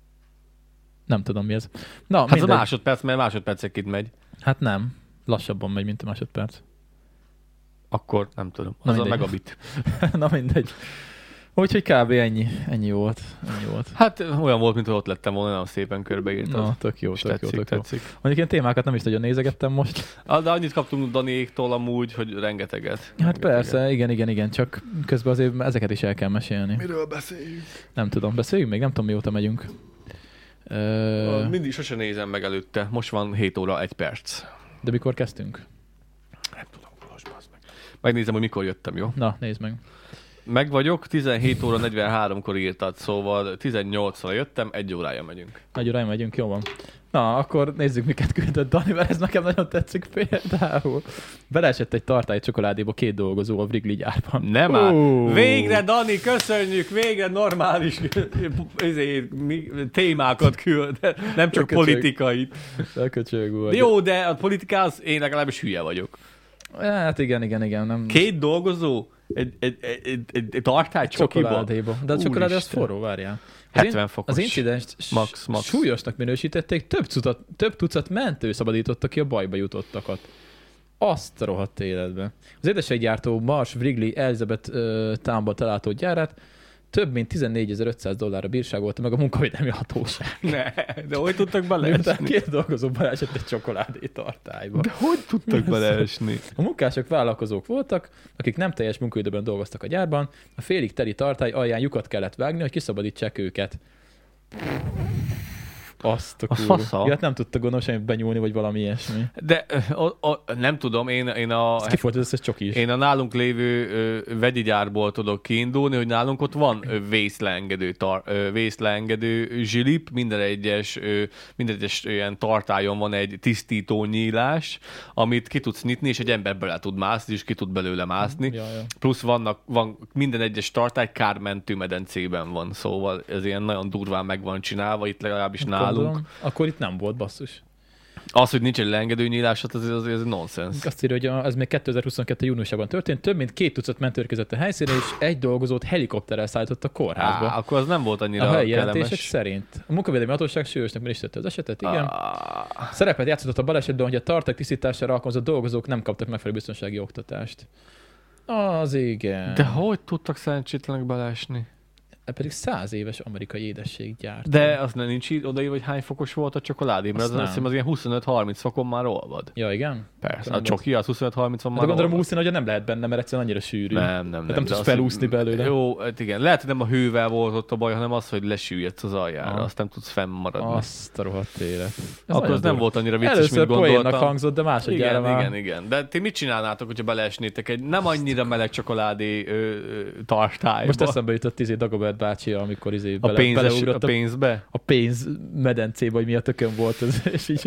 Nem tudom, mi ez. Na, Hát az mindegy. másodperc, mert másodpercekig megy. Hát nem. Lassabban megy, mint a másodperc. Akkor nem tudom. Na Az a mindegy. megabit. Na mindegy. Úgyhogy kb. ennyi. Ennyi volt. Ennyi volt. Hát olyan volt, mint ott lettem volna, nagyon szépen körbeírtad. Na, tök jó, És tök jó, tetszik, tök jó. tetszik. Mondjuk ilyen témákat nem is nagyon nézegettem most. Ah, de annyit kaptunk Daniéktól amúgy, hogy rengeteget. Hát rengeteget. persze, igen, igen, igen, csak közben azért ezeket is el kell mesélni. Miről beszéljünk? Nem tudom, beszéljünk még, nem tudom mióta megyünk. Ö... Mindig sose nézem meg előtte. Most van hét óra egy perc. De mikor kezdtünk? Nem tudom, Kolos, bazd meg. Megnézem, hogy mikor jöttem, jó? Na, nézd meg. Meg vagyok, tizenhét óra negyvenháromkor írtad, szóval tizennyolcra jöttem, egy órája megyünk. Nagy órája megyünk, jó van. Na, akkor nézzük, miket küldött Dani, mert ez nekem nagyon tetszik például. Beleesett egy tartály csokoládéba két dolgozó a Wrigley gyárban. Nem áll. Ó. Végre, Dani, köszönjük, végre normális ezért, mi, témákat küld, nem csak Köcsög. politikait. De köcsög vagy. Jó, de a politikához én legalábbis hülye vagyok. Hát igen, igen, igen. Nem... Két dolgozó? Egy, egy, egy, egy, egy, egy tartály csokiba? Csokoládéba. De a csokoládé az Úristen. forró, várjál. Az hetven in- fokos. Az incidenst s- Max, max. súlyosnak minősítették, több tucat, több tucat mentő szabadította ki a bajba jutottakat. Azt a rohadt életbe. Az édességgyártó Mars Wrigley Elizabeth uh, Townban található gyárát több mint tizennégyezer-ötszáz dollárra bírságolta meg a munkavédelmi hatóság. Ne, de hogy tudtak beleesni? Miután két dolgozó beleesett egy csokoládé tartályba. De hogy tudtak beleesni? A munkások vállalkozók voltak, akik nem teljes munkaidőben dolgoztak a gyárban, a félig teli tartály alján lyukat kellett vágni, hogy kiszabadítsák őket. Azt a A kurva. fasza. Ja, hát nem tudta gondolom semmit benyúlni, vagy valami ilyesmi. De o, o, nem tudom, én, én a... Ez kifolt az összes csoki is. Én a nálunk lévő ö, vegyi gyárból tudok kiindulni, hogy nálunk ott van ö, vészleengedő, tar, ö, vészleengedő zsilip, minden egyes, ö, minden egyes ilyen tartályon van egy tisztító nyílás, amit ki tudsz nyitni, és egy ember bele tud mászni, és ki tud belőle mászni. Ja, ja. Plusz vannak, van, minden egyes tartály kármentő medencében van, szóval ez ilyen nagyon durván meg van csinálva, itt legalábbis nálunk. Gondolom, akkor itt nem volt basszus. Az, hogy nincs egy leengedő nyílás, az, az, az nonsens. Azt írja, hogy a- ez még kétezer-huszonkettő júniusában történt, több mint két tucat mentő érkezett a helyszínre, és egy dolgozót helikopterrel szállított a kórházba. Á, akkor az nem volt annyira A helyi jelentések kellemes. szerint. A munkavédelmi hatóság súlyosnak minősítette az esetet, igen. Ah, Szerepet játszott a balesetben, hogy a tartály tisztítására alkalmazott dolgozók nem kaptak megfelelő biztonsági oktatást. Az igen. de hogy tudtak szerencsétlenek beleesni? E pedig száz éves amerikai édességgyár. De az nem nincs így odaírva, hogy hány fokos volt a csokoládé, mert Azt az, azt nem. hiszem az ilyen huszonöt-harminc fokon már olvad. Ja, igen? Persze, Nem a csoki az huszonöt-harminc van Hát már de gondolom olvad. úszni, hogy nem lehet benne, mert egyszerűen annyira sűrű. Nem, nem, nem. nem de tudsz az- felúszni belőle. Jó, hát igen. Lehet, hogy nem a hővel volt ott a baj, hanem az, hogy lesüllyedsz az aljára. Aha. Azt nem tudsz fennmaradni. Azt a rohadt élet. Ez Akkor nagyon az nem durva. volt annyira vicces, Először mint poénnak gondoltam. hangzott, de másodjára Igen, már... igen, igen. De ti mit csinálnátok, hogyha beleesnétek egy nem annyira meleg csokoládé ö, ö, tartályba? Most eszembe jutott izé Dagobert bácsi, amikor izé a, bele, pénzes, a beleugrott a, pénzbe? a pénz medencébe, hogy mi a tökön volt ez, és így,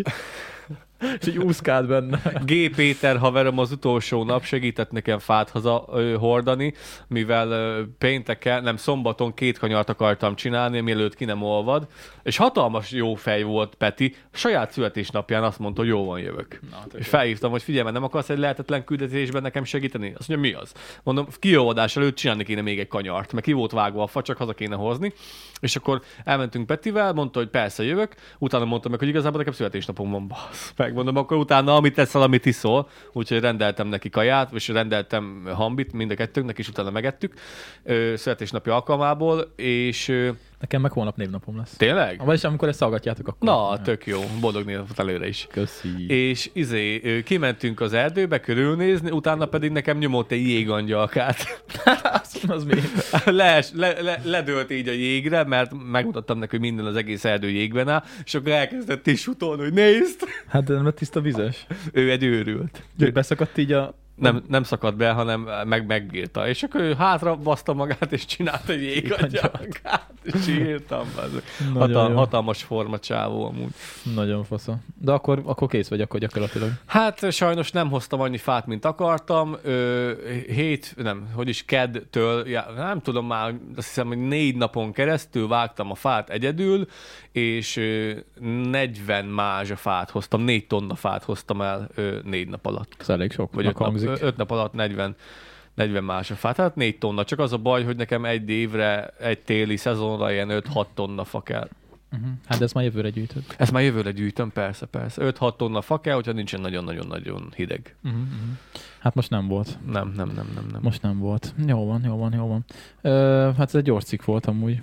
és így úszkált benne. G. Péter haverom az utolsó nap segített nekem fát haza ö, hordani, mivel ö, pénteken, nem szombaton két kanyart akartam csinálni, mielőtt ki nem olvad, és hatalmas jó fej volt Peti, saját születésnapján azt mondta, hogy jó van, jövök. Na, És felhívtam, hogy figyelj, mert nem akarsz egy lehetetlen küldetésben nekem segíteni? Azt mondja, mi az? Mondom, kiolvadás előtt csinálni kéne még egy kanyart, mert ki volt vágva a fa, csak haza kéne hozni. És akkor elmentünk Petivel, mondta, hogy persze jövök, utána mondtam meg, hogy igazából nekem születésnapom van, bassz. Megmondom, akkor utána amit teszel, amit iszol, úgyhogy rendeltem neki kaját, és rendeltem hambit mind a kettőnknek, és utána megettük ö, születésnapi alkalmából, és ö, Nekem meg holnap névnapom lesz. tényleg? Vagyis amikor ezt hallgatjátok, akkor... Na, tök jó, boldog névnapot előre is. Köszi. És izé, ö, kimentünk az erdőbe körülnézni, utána pedig nekem nyomott egy jégangyalkát. az, az mi? Lees, le, le, ledőlt így a jégre, mert megmutattam neki, hogy minden az egész erdő jégben áll, és akkor elkezdett is utolni, hogy nézd! Hát de nem lett tiszta vizes. Ő egy őrült. Hogy beszakadt így a... Nem, nem szakadt be, hanem meg megbírta. És akkor ő hátra baszta magát, és csinált egy jégangyalkát, és írtam. Nagyon Hatal, jó. hatalmas formacsávó amúgy. Nagyon fasza. De akkor, akkor kész vagy, akkor gyakorlatilag. Hát sajnos nem hoztam annyi fát, mint akartam. Ö, hét, nem, hogy is keddtől, já, nem tudom már, azt hiszem, hogy négy napon keresztül vágtam a fát egyedül, és ö, negyven mázsa fát hoztam, négy tonna fát hoztam el ö, négy nap alatt. Ez elég sok. Vagy öt nap, ö, öt nap alatt negyven, negyven mázsa fát, tehát négy tonna. Csak az a baj, hogy nekem egy évre, egy téli szezonra ilyen öt-hat tonna fa kell. Uh-huh. Hát de ezt már jövőre gyűjtöd. Ezt már jövőre gyűjtöm, persze, persze. öt-hat tonna fa kell, hogyha nincsen nagyon-nagyon-nagyon hideg. Uh-huh, uh-huh. Hát most nem volt. Nem, nem, nem, nem, nem. Most nem volt. Jó van, jó van, jó van. Ö, hát ez egy gyors cikk volt amúgy.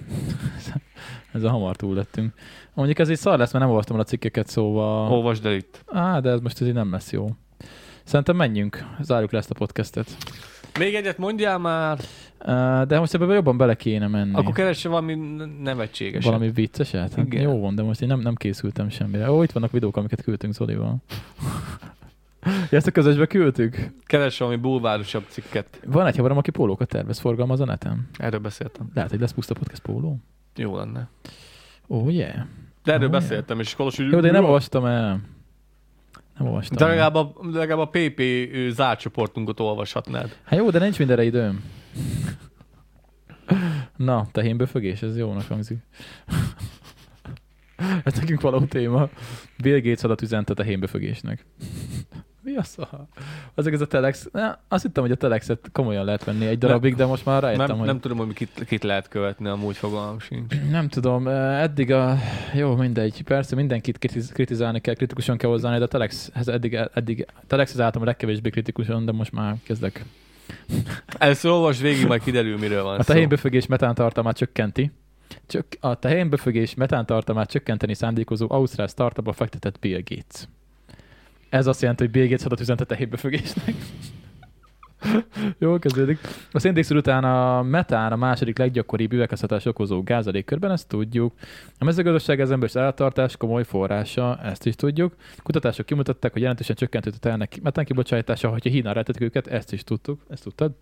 Ezzel hamar túl lettünk. Mondjuk ez így szar lesz, mert nem olvastam el a cikkeket, szóval... Olvasd el itt. Á, de ez most ez így nem lesz jó. Szerintem menjünk, zárjuk le ezt a podcastet. Még egyet mondjál már, Uh, de most ebben jobban bele kéne menni. akkor keresse valami nevetségeset. Valami vicceset? Hát Igen. jó van, de most én nem, nem készültem semmire. Ó, itt vannak videók, amiket küldtünk Zolival. Ja, ezt a közösbe küldtük? Keresse valami bulvárosabb cikket. Van egy haverom, aki pólókat tervez, forgalmaz a neten. Erről beszéltem. Lehet, hogy lesz puszta podcast póló? Jó lenne. Oh yeah. De erről Oh, beszéltem, és Kolos, hogy... Jó, de én nem olvastam el. Nem olvastam De el. legalább a, legalább a pé pé zárt csoportunkat olvashatnád. Hát jó, de nincs mindenre időm. Na, tehénböfögés, ez jónak hangzik. Ez nekünk való téma. Bill Gates alatt üzent a tehénböfögésnek. Mi a szar? Azok ez a Telex... Na, azt hittem, hogy a Telexet komolyan lehet venni egy darabig, de most már rájöttem, Nem, hogy... nem tudom, hogy kit, kit lehet követni, amúgy fogalmam sincs. Nem tudom, eddig a... Jó, mindegy. Persze mindenkit kritiz- kritizálni kell, kritikusan kell hozzáállni, de a Telexhez eddig, eddig Telexhez álltam a legkevésbé kritikusan, de most már kezdek Először olvasd végig, majd kiderül, miről van A szó. tehénbefögés metántartalmát csökkenti. Csök, a tehénbefögés metántartalmát csökkenteni szándékozó ausztrál startupba fektetett Bill Gates. Ez azt jelenti, hogy Bill Gates adott üzenet a tehénbefögésnek. Jól kezdődik. A széndioxid után a metán a második leggyakoribb üvegházhatást okozó gáz a légkörben, ezt tudjuk. A mezőgazdaság az emberi állattartás komoly forrása, ezt is tudjuk. Kutatások kimutatták, hogy jelentősen csökkentett a tehenek metán kibocsátása, ha Kínára eltettük őket, ezt is tudtuk. Ezt tudtad?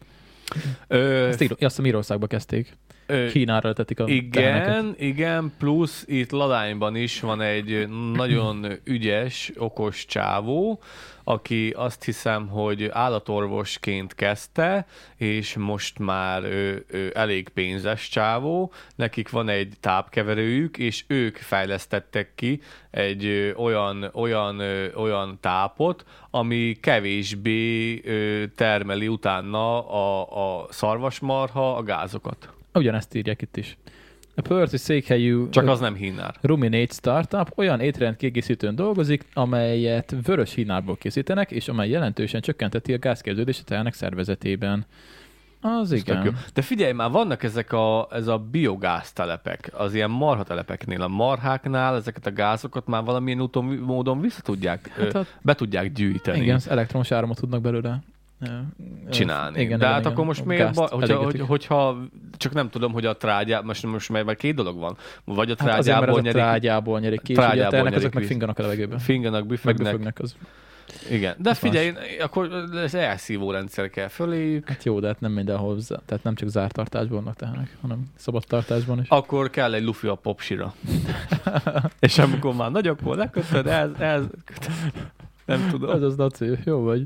Ö, Ezt ír, azt hiszem Írországba kezdték. ö, Kínára eltették a igen, teheneket. igen, plusz itt Ladányban is van egy nagyon ügyes, okos csávó, aki azt hiszem, hogy állatorvosként kezdte, és most már ő, ő elég pénzes csávó, nekik van egy tápkeverőjük, és ők fejlesztettek ki egy ö, olyan, olyan, ö, olyan tápot, ami kevésbé ö, termeli utána a, a szarvasmarha a gázokat. Ugyanezt írják itt is. A Perth székhelyű Csak az nem hínár. Ruminate Startup olyan étrend kiegészítőn dolgozik, amelyet vörös hínárból készítenek, és amely jelentősen csökkenteti a gázképződést a tehenek szervezetében. Az Ez tök jó. igen. De figyelj már, vannak ezek a, ez a biogáztelepek, az ilyen marhatelepeknél, a marháknál ezeket a gázokat már valamilyen úton, módon vissza tudják, Hát ö, a- be tudják gyűjteni. Igen, az elektromos áramot tudnak belőle ö, ö, Csinálni. Igen, De igen, hát igen. akkor most A miért, gázt ba, hogyha, elégetik. hogy, hogyha, csak nem tudom, hogy a trágyá, most, most már már két dolog van. Vagy a Hát azért, mert trágyából ez a nyerik, trágyából nyerik ki, és ugye a Trágyából tehenek nyerik azok meg víz. finganak a levegőben. finganak, Meg büfögnek. befögnek az. Igen. De Az figyelj, akkor ez elszívó rendszer kell föléjük. Hát jó, de hát nem mindenhol, zá- tehát nem csak zárt tartásban vannak tehenek, hanem szabad tartásban is. Akkor kell egy lufi a popsira. És amikor már nagy, akkor lekötöd, ez, ez, nem tudom. Ez az naci, jó vagy.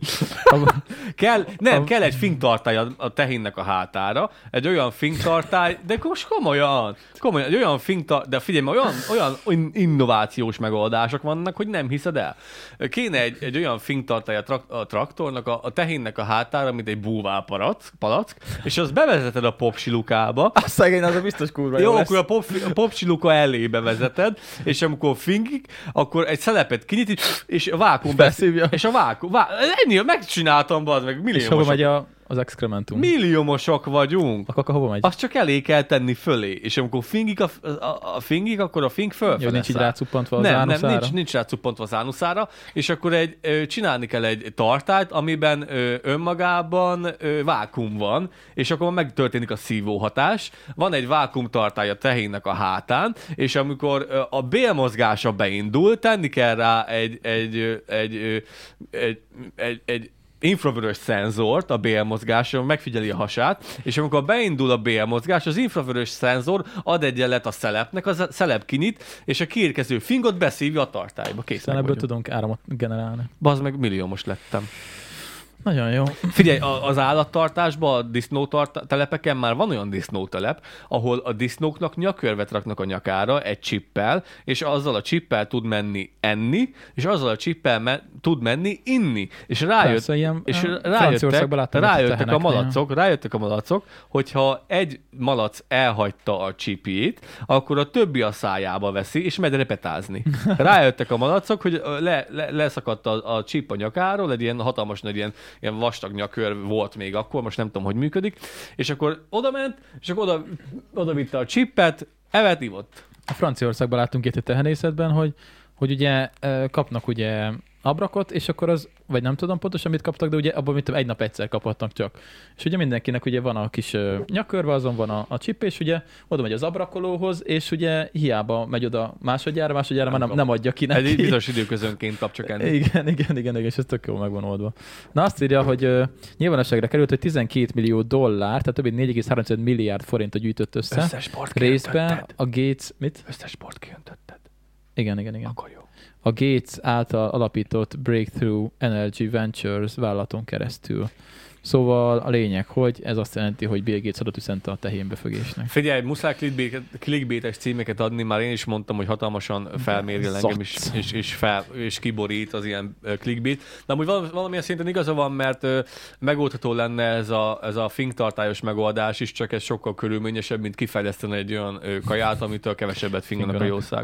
Kell, nem, A- kell egy finktartály a, a tehénnek a hátára, egy olyan finktartály, de most komolyan, komolyan, egy olyan finktartály, de figyelj, olyan, olyan in- innovációs megoldások vannak, hogy nem hiszed el. Kéne egy, egy olyan finktartály a, trak, a traktornak, a, a tehénnek a hátára, mint egy búvárpalack, palack, és azt bevezeted a popsilukába, A szegény, az a biztos kurva jó, akkor a, pop, a popsiluka elébe vezeted, és amikor fingik, akkor egy szelepet kinyit, és a vákum Beszívja. és a vákum, vá, ennyi, megcsináltam, bazd meg, És hova milliómosok, megy a, az excrementum? milliómosok vagyunk. A kaka hova megy? Azt csak elé kell tenni fölé, és amikor fingik a, a, a fingik, akkor a fing fölfele Jó, nincs így száll. rácuppantva az Nem, nem, ánuszára? nincs, nincs rácuppantva az ánuszára, és akkor egy, ö, csinálni kell egy tartályt, amiben ö, önmagában ö, vákum van, és akkor megtörténik a szívóhatás. Van egy vákumtartály a tehénnek a hátán, és amikor ö, a bélmozgása beindul, tenni kell rá egy, egy, ö, egy, ö, egy, egy, egy infravörös szenzort a bélmozgáson, megfigyeli a hasát, és amikor beindul a bélmozgás, az infravörös szenzor ad egy jelet a szelepnek, a szelep kinyit, és a kiérkező fingot beszívja a tartályba. Kész, Aztán meg ebből vagyunk. tudunk áramot generálni. Bazd meg, milliómos lettem. Nagyon jó. Figyelj, a- az állattartásban, a disznótelepeken már van olyan disznótelep, ahol a disznóknak nyakörvet raknak a nyakára egy csippel, és azzal a csippel tud menni enni, és azzal a csippel me- tud menni inni. És rájött, Persze, ilyen, és á, rájöttek, Franciaországban láttam ilyet a rájöttek a teheneknél. malacok, rájöttek a malacok, hogyha egy malac elhagyta a csipjét, akkor a többi a szájába veszi, és megy repetázni. Rájöttek a malacok, hogy le, le, leszakadt a, a csip a nyakáról, egy ilyen hatalmas nagy ilyen, ilyen vastag nyakör volt még akkor, most nem tudom, hogy működik, és akkor oda ment, és akkor oda, oda vitte a csippet, evet, ivott. A Franciaországban láttunk itt a tehenészetben, hogy, hogy ugye ö, kapnak ugye abrakot, és akkor az, vagy nem tudom pontosan mit kaptak, de ugye abban mit tudom, egy nap egyszer kaphatnak csak. És ugye mindenkinek ugye van a kis ö, nyakörve, azon van a, a csip, és ugye oda megy az abrakolóhoz, és ugye hiába megy oda másodjára, másodjára már nem, nem adja ki neki. Egy bizonyos időközönként kap csak enni. Igen, igen, igen, igen, és ez tök jól meg van oldva. Na azt írja, hogy uh, nyilvánosságra került, hogy tizenkét millió dollár, tehát több mint négy egész három milliárd forintot gyűjtött össze. Összes sport Részben kiöntötted. a Gates, mit? Összes sport kiöntötted. Igen, igen, igen. Akkor jó. A Gates által alapított Breakthrough Energy Ventures vállalaton keresztül. Szóval a lényeg, hogy ez azt jelenti, hogy Bill Gates adott üzenet a tehénbefögésnek. Figyelj, muszáj clickbaites címeket adni, már én is mondtam, hogy hatalmasan felmérgel engem, és, és, és, fel, és kiborít az ilyen uh, clickbait. De amúgy val- valamilyen szinten igaza van, mert uh, megoldható lenne ez a, ez a finktartályos megoldás is, csak ez sokkal körülményesebb, mint kifejleszteni egy olyan uh, kaját, amitől kevesebbet finganak a Finganak. jószágok.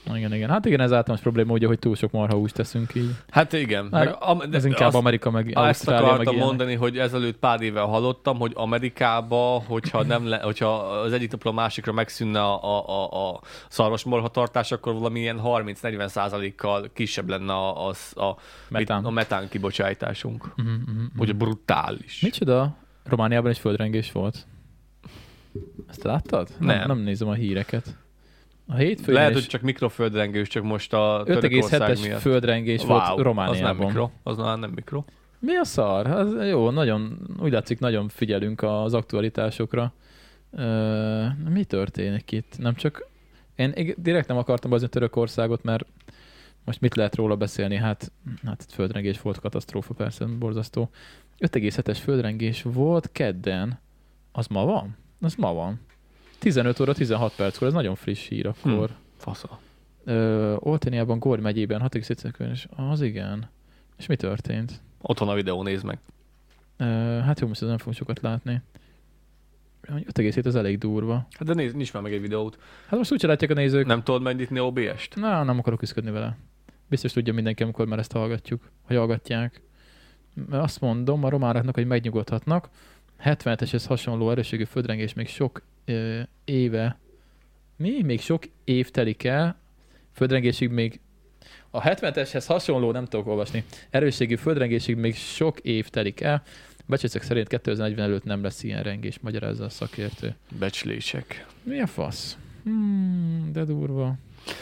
Igen, igen. Hát igen, ez általános probléma, ugye, hogy túl sok marhahúst teszünk így. Hát igen. Meg, am- ez inkább azt, Amerika, meg ezt Ausztrália, meg akartam ilyenek. mondani, hogy ezelőtt pár évvel hallottam, hogy Amerikába, hogyha, nem le, hogyha az egyik napról a másikra megszűnne a, a, a, a szarvasmarhatartás, akkor valamilyen harminc-negyven százalékkal kisebb lenne a, a, a, Metán. a metán kibocsátásunk. Uh-huh, uh-huh. Ugye brutális. Micsoda? Romániában egy földrengés volt. Ezt láttad? Nem. Nem. Nem nézem a híreket. A hétfőn Lehet, is hogy csak mikroföldrengés, csak most a öt egész Törökország hetes miatt. földrengés Wow, volt az nem Romániában. mikro. Az már nem mikro. Mi a szar? Az jó, nagyon, úgy látszik, nagyon figyelünk az aktualitásokra. Ö, mi történik itt? Nem csak... Én direkt nem akartam hozni Törökországot, mert most mit lehet róla beszélni? Hát, hát itt földrengés volt, katasztrófa, persze, borzasztó. öt egész hetes földrengés volt kedden. Az ma van? Az ma van. tizenöt óra tizenhat perckor, ez nagyon friss hír akkor. Hm, fasza. Ö, Olteniában, Gór megyében, hat egész hetes, az igen. És mi történt? Otthon a videó, nézd meg. Ö, hát jó, most nem fogunk sokat látni. öt egész hét az elég durva. Hát de nézd, nincs már meg egy videót. Hát most úgyse látják a nézők. Nem tudod megnyitni o bé est? Na, nem akarok küzdködni vele. Biztos tudja mindenki, amikor már ezt hallgatjuk, hogy hallgatják. Mert azt mondom a romáraknak, hogy megnyugodhatnak. hetvenheteshez hasonló erősségű földrengés még sok ö, éve. Mi? Még sok év telik el. Földrengésig még a hetvenheteshez hasonló, nem tudok olvasni, erősségű földrengésig még sok év telik el. Becslések szerint kétezer-negyven előtt nem lesz ilyen rengés, magyarázza a szakértő. Becslések. Mi a fasz? Hmm, de durva.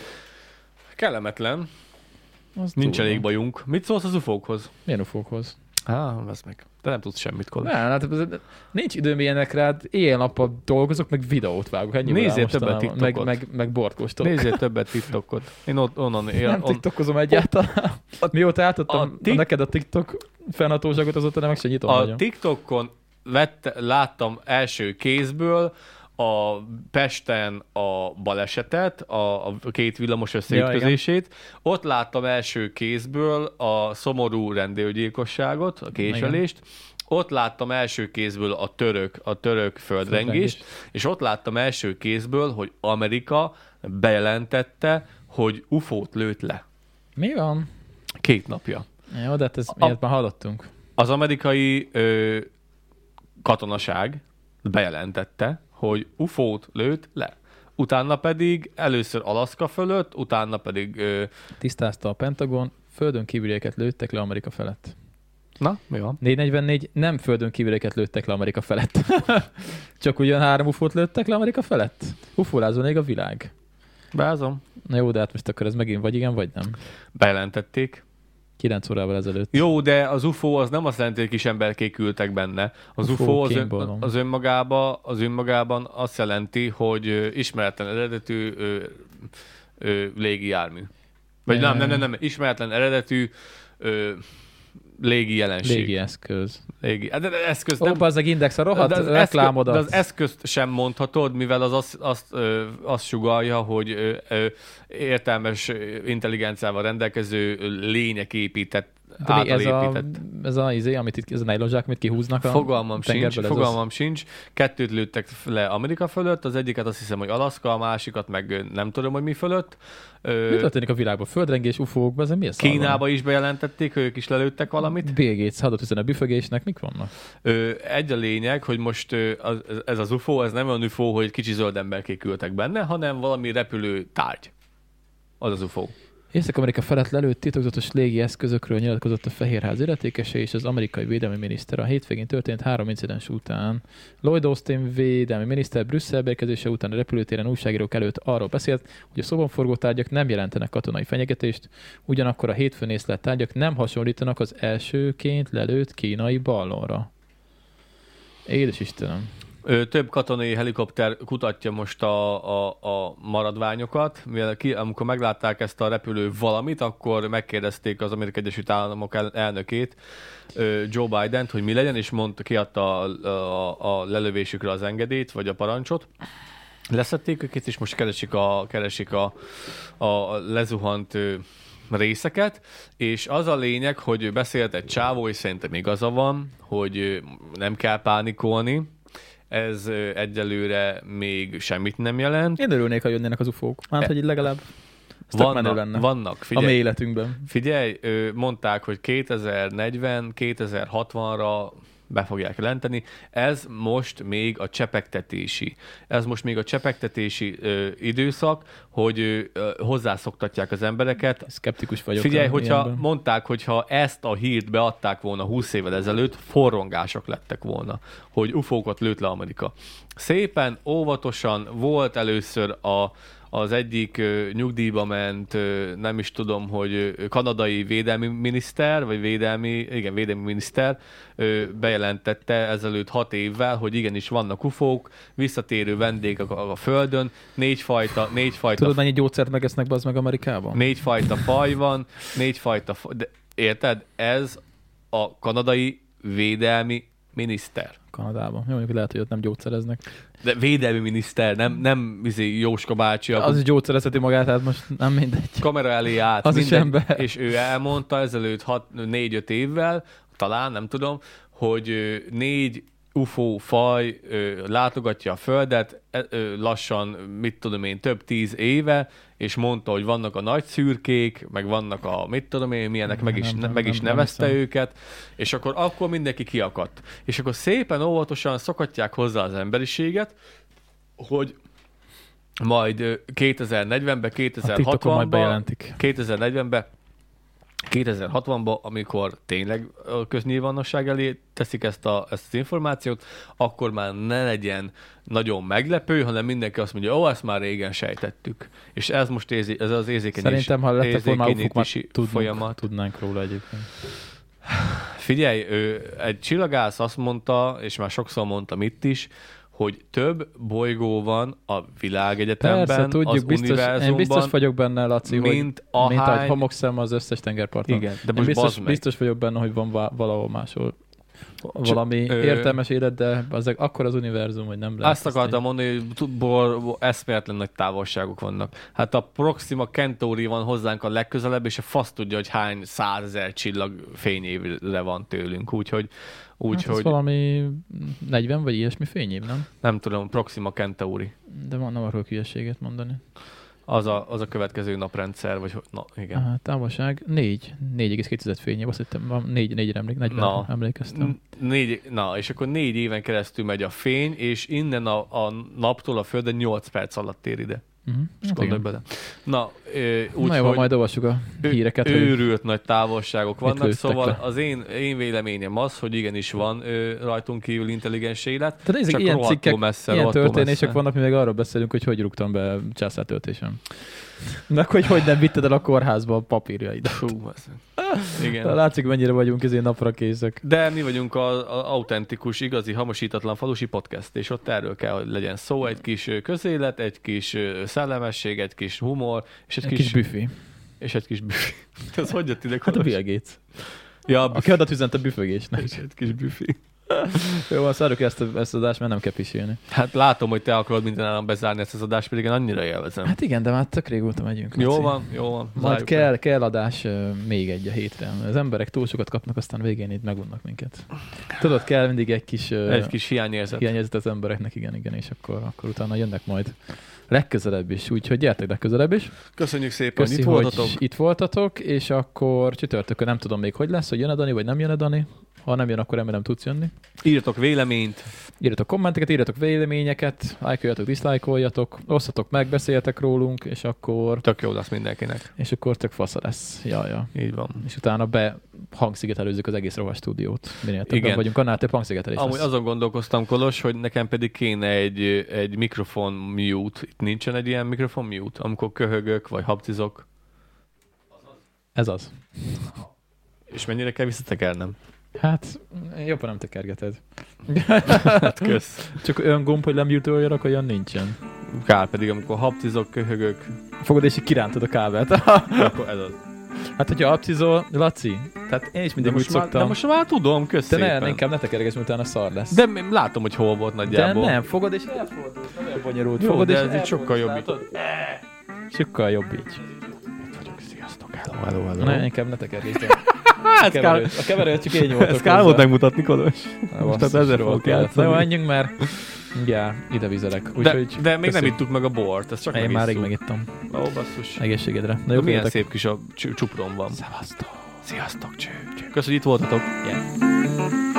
Kellemetlen. Az Nincs durva. elég bajunk. Mit szólsz az ufókhoz? Milyen ufókhoz? Á, vesz meg. Te nem tudsz semmit, Kolos. Nem, hát nincs időm ilyenekre, hát éjjel-nappal dolgozok, meg videót vágok. Ennyi Nézzél többet TikTokot. Meg, meg, meg bortkóstolok. Nézzél többet TikTokot. Én ott, onnan él, Nem on... tiktokozom egyáltalán. Mióta átadtam a tik- neked a TikTok fennhatóságot, azóta nem meg se nyitom A nagyon. TikTokon vette, láttam első kézből a Pesten a balesetet, a, a két villamos összeütközését. Ja, ott láttam első kézből a szomorú rendőrgyilkosságot, a késelést. Igen. Ott láttam első kézből a török, a török földrengést, Földrengés. És ott láttam első kézből, hogy Amerika bejelentette, hogy ufót lőtt le. Mi van? Két napja. Jó, de hát ez a, miért már hallottunk. Az amerikai ö, katonaság bejelentette, hogy ufót lőtt le. Utána pedig először Alaszka fölött, utána pedig... Ö... Tisztázta a Pentagon, földön kívülieket lőttek le Amerika felett. Na, mi van? négyszáznegyvennégy nem földön kívülieket lőttek le Amerika felett. Csak ugyan három ufót lőttek le Amerika felett? Ufólázó még a világ. Beázom. Na jó, de hát most akkor ez megint vagy igen, vagy nem. Bejelentették. kilenc órával ezelőtt. Jó, de az ufó az nem azt jelenti, hogy kis emberkék ültek benne. Az ufó, ufó az, ön, az, önmagába, az önmagában azt jelenti, hogy ismeretlen eredetű ö, ö, légijármű. Vagy nem, nem, nem, nem, ismeretlen eredetű ö, légi jelenség. Légi eszköz. Légi. De, de eszköz Ó, nem... az index a rohadt reklámodat. De az eszközt sem mondhatod, mivel az azt, azt, ö, azt sugalja, hogy ö, ö, értelmes intelligenciával rendelkező lények épített, de mi ez épített. A, ez a izé, amit itt, ez a nylonzsák, amit kihúznak a Fogalmam sincs, fogalmam az... sincs. Kettőt lőttek le Amerika fölött, az egyiket azt hiszem, hogy Alaszka, a másikat meg nem tudom, hogy mi fölött. Mi történik a világban? Földrengés, ufók, ez mi a Kínába is bejelentették, hogy ők is lelőttek valamit. Bill Gates hadot üzen a büfögésnek, mik vannak? Ö, egy a lényeg, hogy most ö, az, ez az ufó, ez nem olyan ufó, hogy kicsi zöld emberkék ültek benne, hanem valami repülő tárgy. Az az ufó. Észak-Amerika felett lelőtt titokzatos légi eszközökről nyilatkozott a Fehérház illetékese és az amerikai védelmi miniszter. A hétvégén történt három incidens után. Lloyd Austin védelmi miniszter Brüsszelbe érkezése után a repülőtéren újságírók előtt arról beszélt, hogy a szóban forgó tárgyak nem jelentenek katonai fenyegetést, ugyanakkor a hétfőn észlelt tárgyak nem hasonlítanak az elsőként lelőtt kínai ballonra. Édes Istenem! Több katonai helikopter kutatja most a, a, a maradványokat, mivel ki, amikor meglátták ezt a repülő valamit, akkor megkérdezték az Amerikai Egyesült Államok el, elnökét, Joe Bident, hogy mi legyen, és mondta, kiadta a, a, a lelövésükre az engedélyt, vagy a parancsot. Leszették őket, és most keresik a, keresik a, a lezuhant részeket, és az a lényeg, hogy beszélt egy csávó, és szerintem igaza van, hogy nem kell pánikolni. Ez egyelőre még semmit nem jelent. Én örülnék, ha jönnének az ufók. Hát, hogy így legalább Ez tök menő lenne. Vannak, a figyelj. mi életünkben. Figyelj, mondták, hogy kétezer-negyven kétezer-hatvanra be fogják jelenteni. Ez most még a csepegtetési. Ez most még a csepegtetési ö, időszak, hogy ö, hozzászoktatják az embereket. Szkeptikus vagyok. Figyelj, hogyha ilyenben. mondták, hogyha ezt a hírt beadták volna húsz évvel ezelőtt, forrongások lettek volna, hogy ufókat lőtt le Amerika. Szépen, óvatosan volt először a az egyik ö, nyugdíjba ment, ö, nem is tudom, hogy ö, kanadai védelmi miniszter, vagy védelmi, igen, védelmi miniszter ö, bejelentette ezelőtt hat évvel, hogy igenis vannak ufók, visszatérő vendégek a, a Földön, négyfajta, négyfajta... Tudod, mennyi gyógyszert megesznek be az meg Amerikában? Négyfajta faj van, négyfajta faj... De, érted? Ez a kanadai védelmi miniszter. Kanadában. Jó, mondjuk lehet, hogy ott nem gyógyszereznek. De védelmi miniszter, nem, nem izé, Jóska bácsi. Az is gyógyszerezheti magát, tehát most nem mindegy. Kamera elé állt. Az is ember. És ő elmondta ezelőtt négy-öt évvel, talán, nem tudom, hogy ö, négy ufó faj ö, látogatja a Földet ö, ö, lassan, mit tudom én, több tíz éve, és mondta, hogy vannak a nagy szürkék, meg vannak a mit tudom én, milyenek, meg is, nem, nem, meg is nem, nevezte nem őket, és akkor, akkor mindenki kiakadt. És akkor szépen óvatosan szokatják hozzá az emberiséget, hogy majd kétezer-negyvenben, kétezer-hatvanban, kétezer-negyvenben, kétezer-hatvanban, amikor tényleg a köznyilvánosság elé teszik ezt, a, ezt az információt, akkor már ne legyen nagyon meglepő, hanem mindenki azt mondja, ó, ezt már régen sejtettük. És ez most ézi, ez az érzékenyítési Szerintem, ha lett volna ufók, már tudnunk, folyamat. Tudnánk róla egyébként. Figyelj, ő, egy csillagász azt mondta, és már sokszor mondtam itt is, hogy több bolygó van a világegyetemben, persze, tudjuk, az biztos, univerzumban, én biztos vagyok benne, Laci, mint hogy, a mint hány... ahogy homokszem az összes tengerparton. Igen, de én most biztos, meg. biztos vagyok benne, hogy van valahol máshol valami ö... értelmes élet, de az, akkor az univerzum, hogy nem lehet. Azt akartam mondani, hogy tudból eszméletlen nagy távolságok vannak. Hát a Proxima Centauri van hozzánk a legközelebb, és a fasz tudja, hogy hány százezer csillag fényévre van tőlünk, úgyhogy Úgy, hát hogy... valami negyven vagy ilyesmi fényév, nem? Nem tudom, Proxima Centauri. De van, nem akarok hülyeséget mondani. Az a, az a következő naprendszer, vagy na, igen. Aha, távolság négy, négy egész két fényév, azt hittem, négy, négyre emlék, negyvenre emlékeztem. Négy, na, és akkor négy éven keresztül megy a fény, és innen a, a naptól a Földre nyolc perc alatt ér ide. Uh-huh. És gondolj bele. Na, úgy, Na jó, hogy majd olvassuk a híreket. Őrült hogy... nagy távolságok vannak, szóval le. az én, én véleményem az, hogy igenis van ö, rajtunk kívül intelligens élet. Tehát csak ilyen cikkek, messze, ilyen történések messze. vannak, mi meg arról beszélünk, hogy hogy rúgtam be császártöltésem. Meg hogy hogy nem vitted el a kórházba a papírjaidat. Fú, igen. Látszik, mennyire vagyunk ezért napra készek. De mi vagyunk az autentikus, igazi, hamosítatlan falusi podcast, és ott erről kell, hogy legyen szó, egy kis közélet, egy kis szellemesség, egy kis humor, és egy, egy kis... kis büfé. És egy kis büfé. Ez hogy jött ide? Hát a Bill Gates. Ja, aki adat üzent a büfögésnek. És egy kis büfé. Jó, azt szárjuk ezt, ezt az adást, mert nem kell pisilni. Hát látom, hogy te akarod minden állam bezárni ezt az adást, pedig én annyira élvezem. Hát igen, de már tök régóta megyünk. Jó Laci. van, jó van. Majd kell, kell adás uh, még egy a hétre. Az emberek túl sokat kapnak, aztán végén itt megunnak minket. Tudod, kell mindig egy kis... Uh, egy kis hiányérzet. Hiányérzet az embereknek, igen, igen, és akkor, akkor utána jönnek majd legközelebb is. Úgyhogy gyertek legközelebb is. Köszönjük szépen, Köszi, itt voltatok. itt voltatok, és akkor csütörtökön nem tudom még, hogy lesz, hogy jön a Dani, vagy nem jön a Dani. Ha nem jön, akkor remélem tudsz jönni. Írjatok véleményt. Írjatok kommenteket, írjatok véleményeket, lájkoljatok, diszlájkoljatok, osszatok meg, beszéljetek rólunk, és akkor... Tök jó lesz mindenkinek. És akkor tök fasza lesz. Ja, ja. Így van. És utána be hangszigetelőzzük az egész rovas stúdiót. Minél többen vagyunk, annál több hangszigetelés Amúgy lesz. azon gondolkoztam, Kolos, hogy nekem pedig kéne egy, egy mikrofon mute. Itt nincsen egy ilyen mikrofon mute, amikor köhögök, vagy habcizok. Ez az. És mennyire kell visszatekernem? Hát, jobban nem tekergeted. Hát kösz. Csak olyan gomb, hogy lemute-oljanak, olyan nincsen. Kár pedig, amikor habcizok, köhögök. Fogod és így kirántod a kábelt. Akkor ez az. Hát, hogyha habcizol, Laci, tehát én is mindig úgy már, szoktam. De most már tudom, kösz De szépen. ne, inkább ne tekergesd, utána szar lesz. De látom, hogy hol volt nagyjából. De nem, fogod és elfordul. Nem olyan bonyolult. Jó, fogod de és ez így sokkal jobb. Sokkal jobb így. Itt vagyok, sziasztok, hello, hello, hello. Ne, inkább ne tekergesd. A keverőt csak én nyújtok. Ezt kár volt megmutatni, Kolos. Most ezzel fogok játszani. Na jó, menjünk már. Ja, ide vizelek. De, Úgyhogy de még köszönjük. nem ittuk meg a bort, ezt csak Én már rég megisszuk. megittam. Ó, basszus. Egészségedre. Na De jó, milyen figyeljetek. szép kis a csu- csupron van. Szevasztok. Sziasztok, cső. Köszönjük, hogy itt voltatok. Yeah.